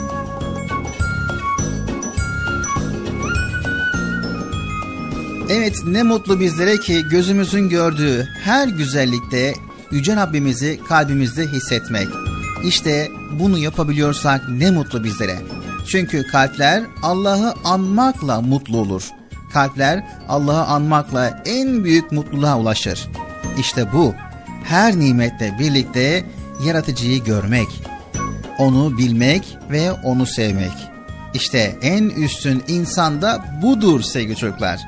[SPEAKER 14] Evet, ne mutlu bizlere ki gözümüzün gördüğü her güzellikte Yüce Rabbimizi kalbimizde hissetmek. İşte bunu yapabiliyorsak ne mutlu bizlere. Çünkü kalpler Allah'ı anmakla mutlu olur. Kalpler Allah'ı anmakla en büyük mutluluğa ulaşır. İşte bu her nimetle birlikte yaratıcıyı görmek, onu bilmek ve onu sevmek. İşte en üstün insan da budur sevgili çocuklar.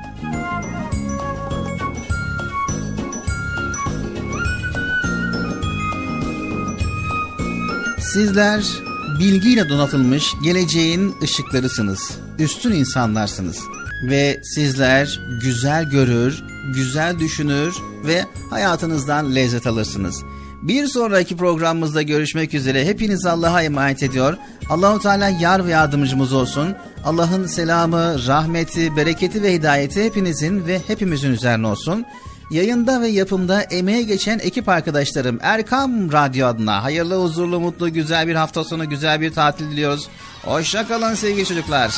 [SPEAKER 14] Sizler bilgiyle donatılmış geleceğin ışıklarısınız. Üstün insanlarsınız. Ve sizler güzel görür, güzel düşünür ve hayatınızdan lezzet alırsınız. Bir sonraki programımızda görüşmek üzere. Hepinizi Allah'a emanet ediyor. Allah-u Teala yar ve yardımcımız olsun. Allah'ın selamı, rahmeti, bereketi ve hidayeti hepinizin ve hepimizin üzerine olsun. Yayında ve yapımda emeğe geçen ekip arkadaşlarım Erkam Radyo adına hayırlı, huzurlu, mutlu, güzel bir hafta sonu, güzel bir tatil diliyoruz. Hoşça kalın sevgili çocuklar.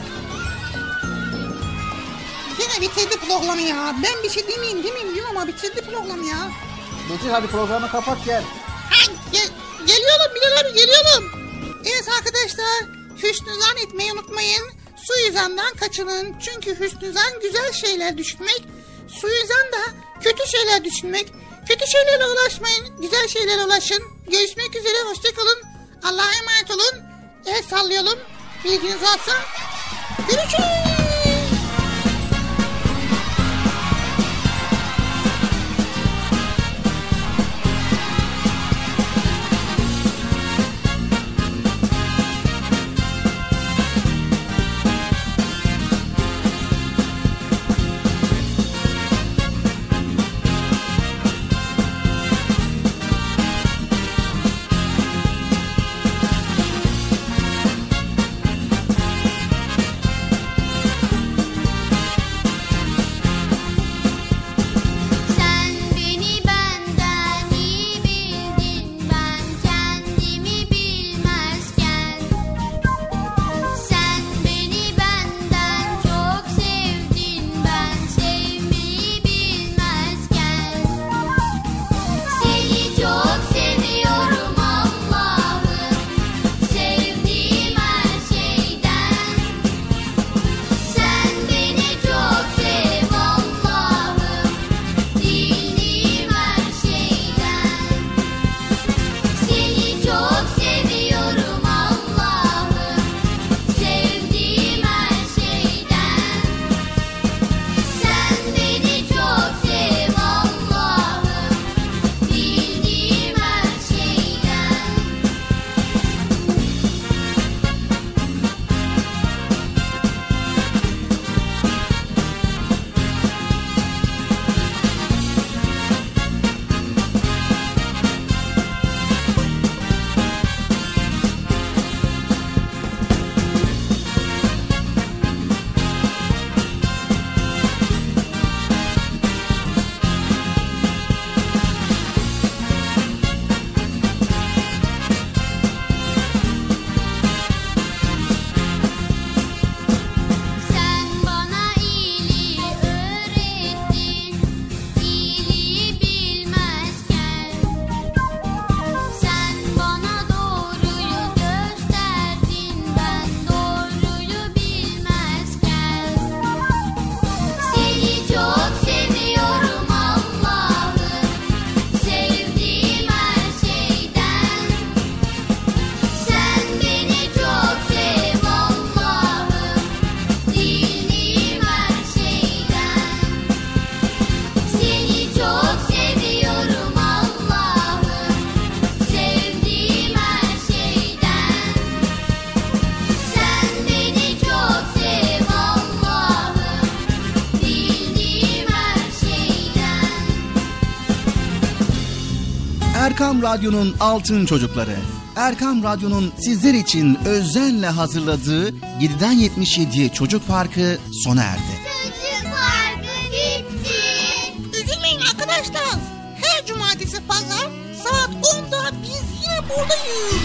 [SPEAKER 3] Yine bitirdi programı ya. Ben bir şey demeyeyim diyorum ama bitirdi programı ya.
[SPEAKER 14] Betül hadi programı kapat gel.
[SPEAKER 3] Geliyorum Bilal abi, geliyorum. Evet arkadaşlar, hüsnü zan etmeyi unutmayın. Suizandan kaçının. Çünkü hüsnü zan güzel şeyler düşünmek. Suizan da kötü şeyler düşünmek. Kötü şeylerle ulaşmayın. Güzel şeylerle ulaşın. Görüşmek üzere. Hoşçakalın. Allah'a emanet olun. El sallayalım. Bilginiz olsun. Görüşürüz.
[SPEAKER 2] Erkam Radyo'nun altın çocukları. Erkam Radyo'nun sizler için özenle hazırladığı 7'den 77'ye Çocuk Parkı sona erdi.
[SPEAKER 8] Çocuk Parkı bitti.
[SPEAKER 3] Üzülmeyin arkadaşlar. Her cumartesi pazar saat 10'da biz yine buradayız.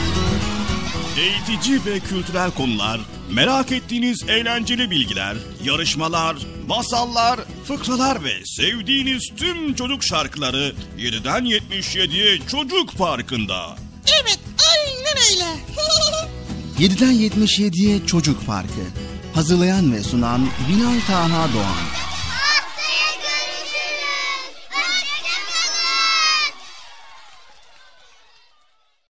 [SPEAKER 13] Eğitici ve kültürel konular, merak ettiğiniz eğlenceli bilgiler, yarışmalar, masallar, fıkralar ve sevdiğiniz tüm çocuk şarkıları 7'den 77'ye Çocuk Parkı'nda.
[SPEAKER 3] Evet, aynen öyle.
[SPEAKER 2] 7'den 77'ye Çocuk Parkı. Hazırlayan ve sunan Bilal Taha Doğan.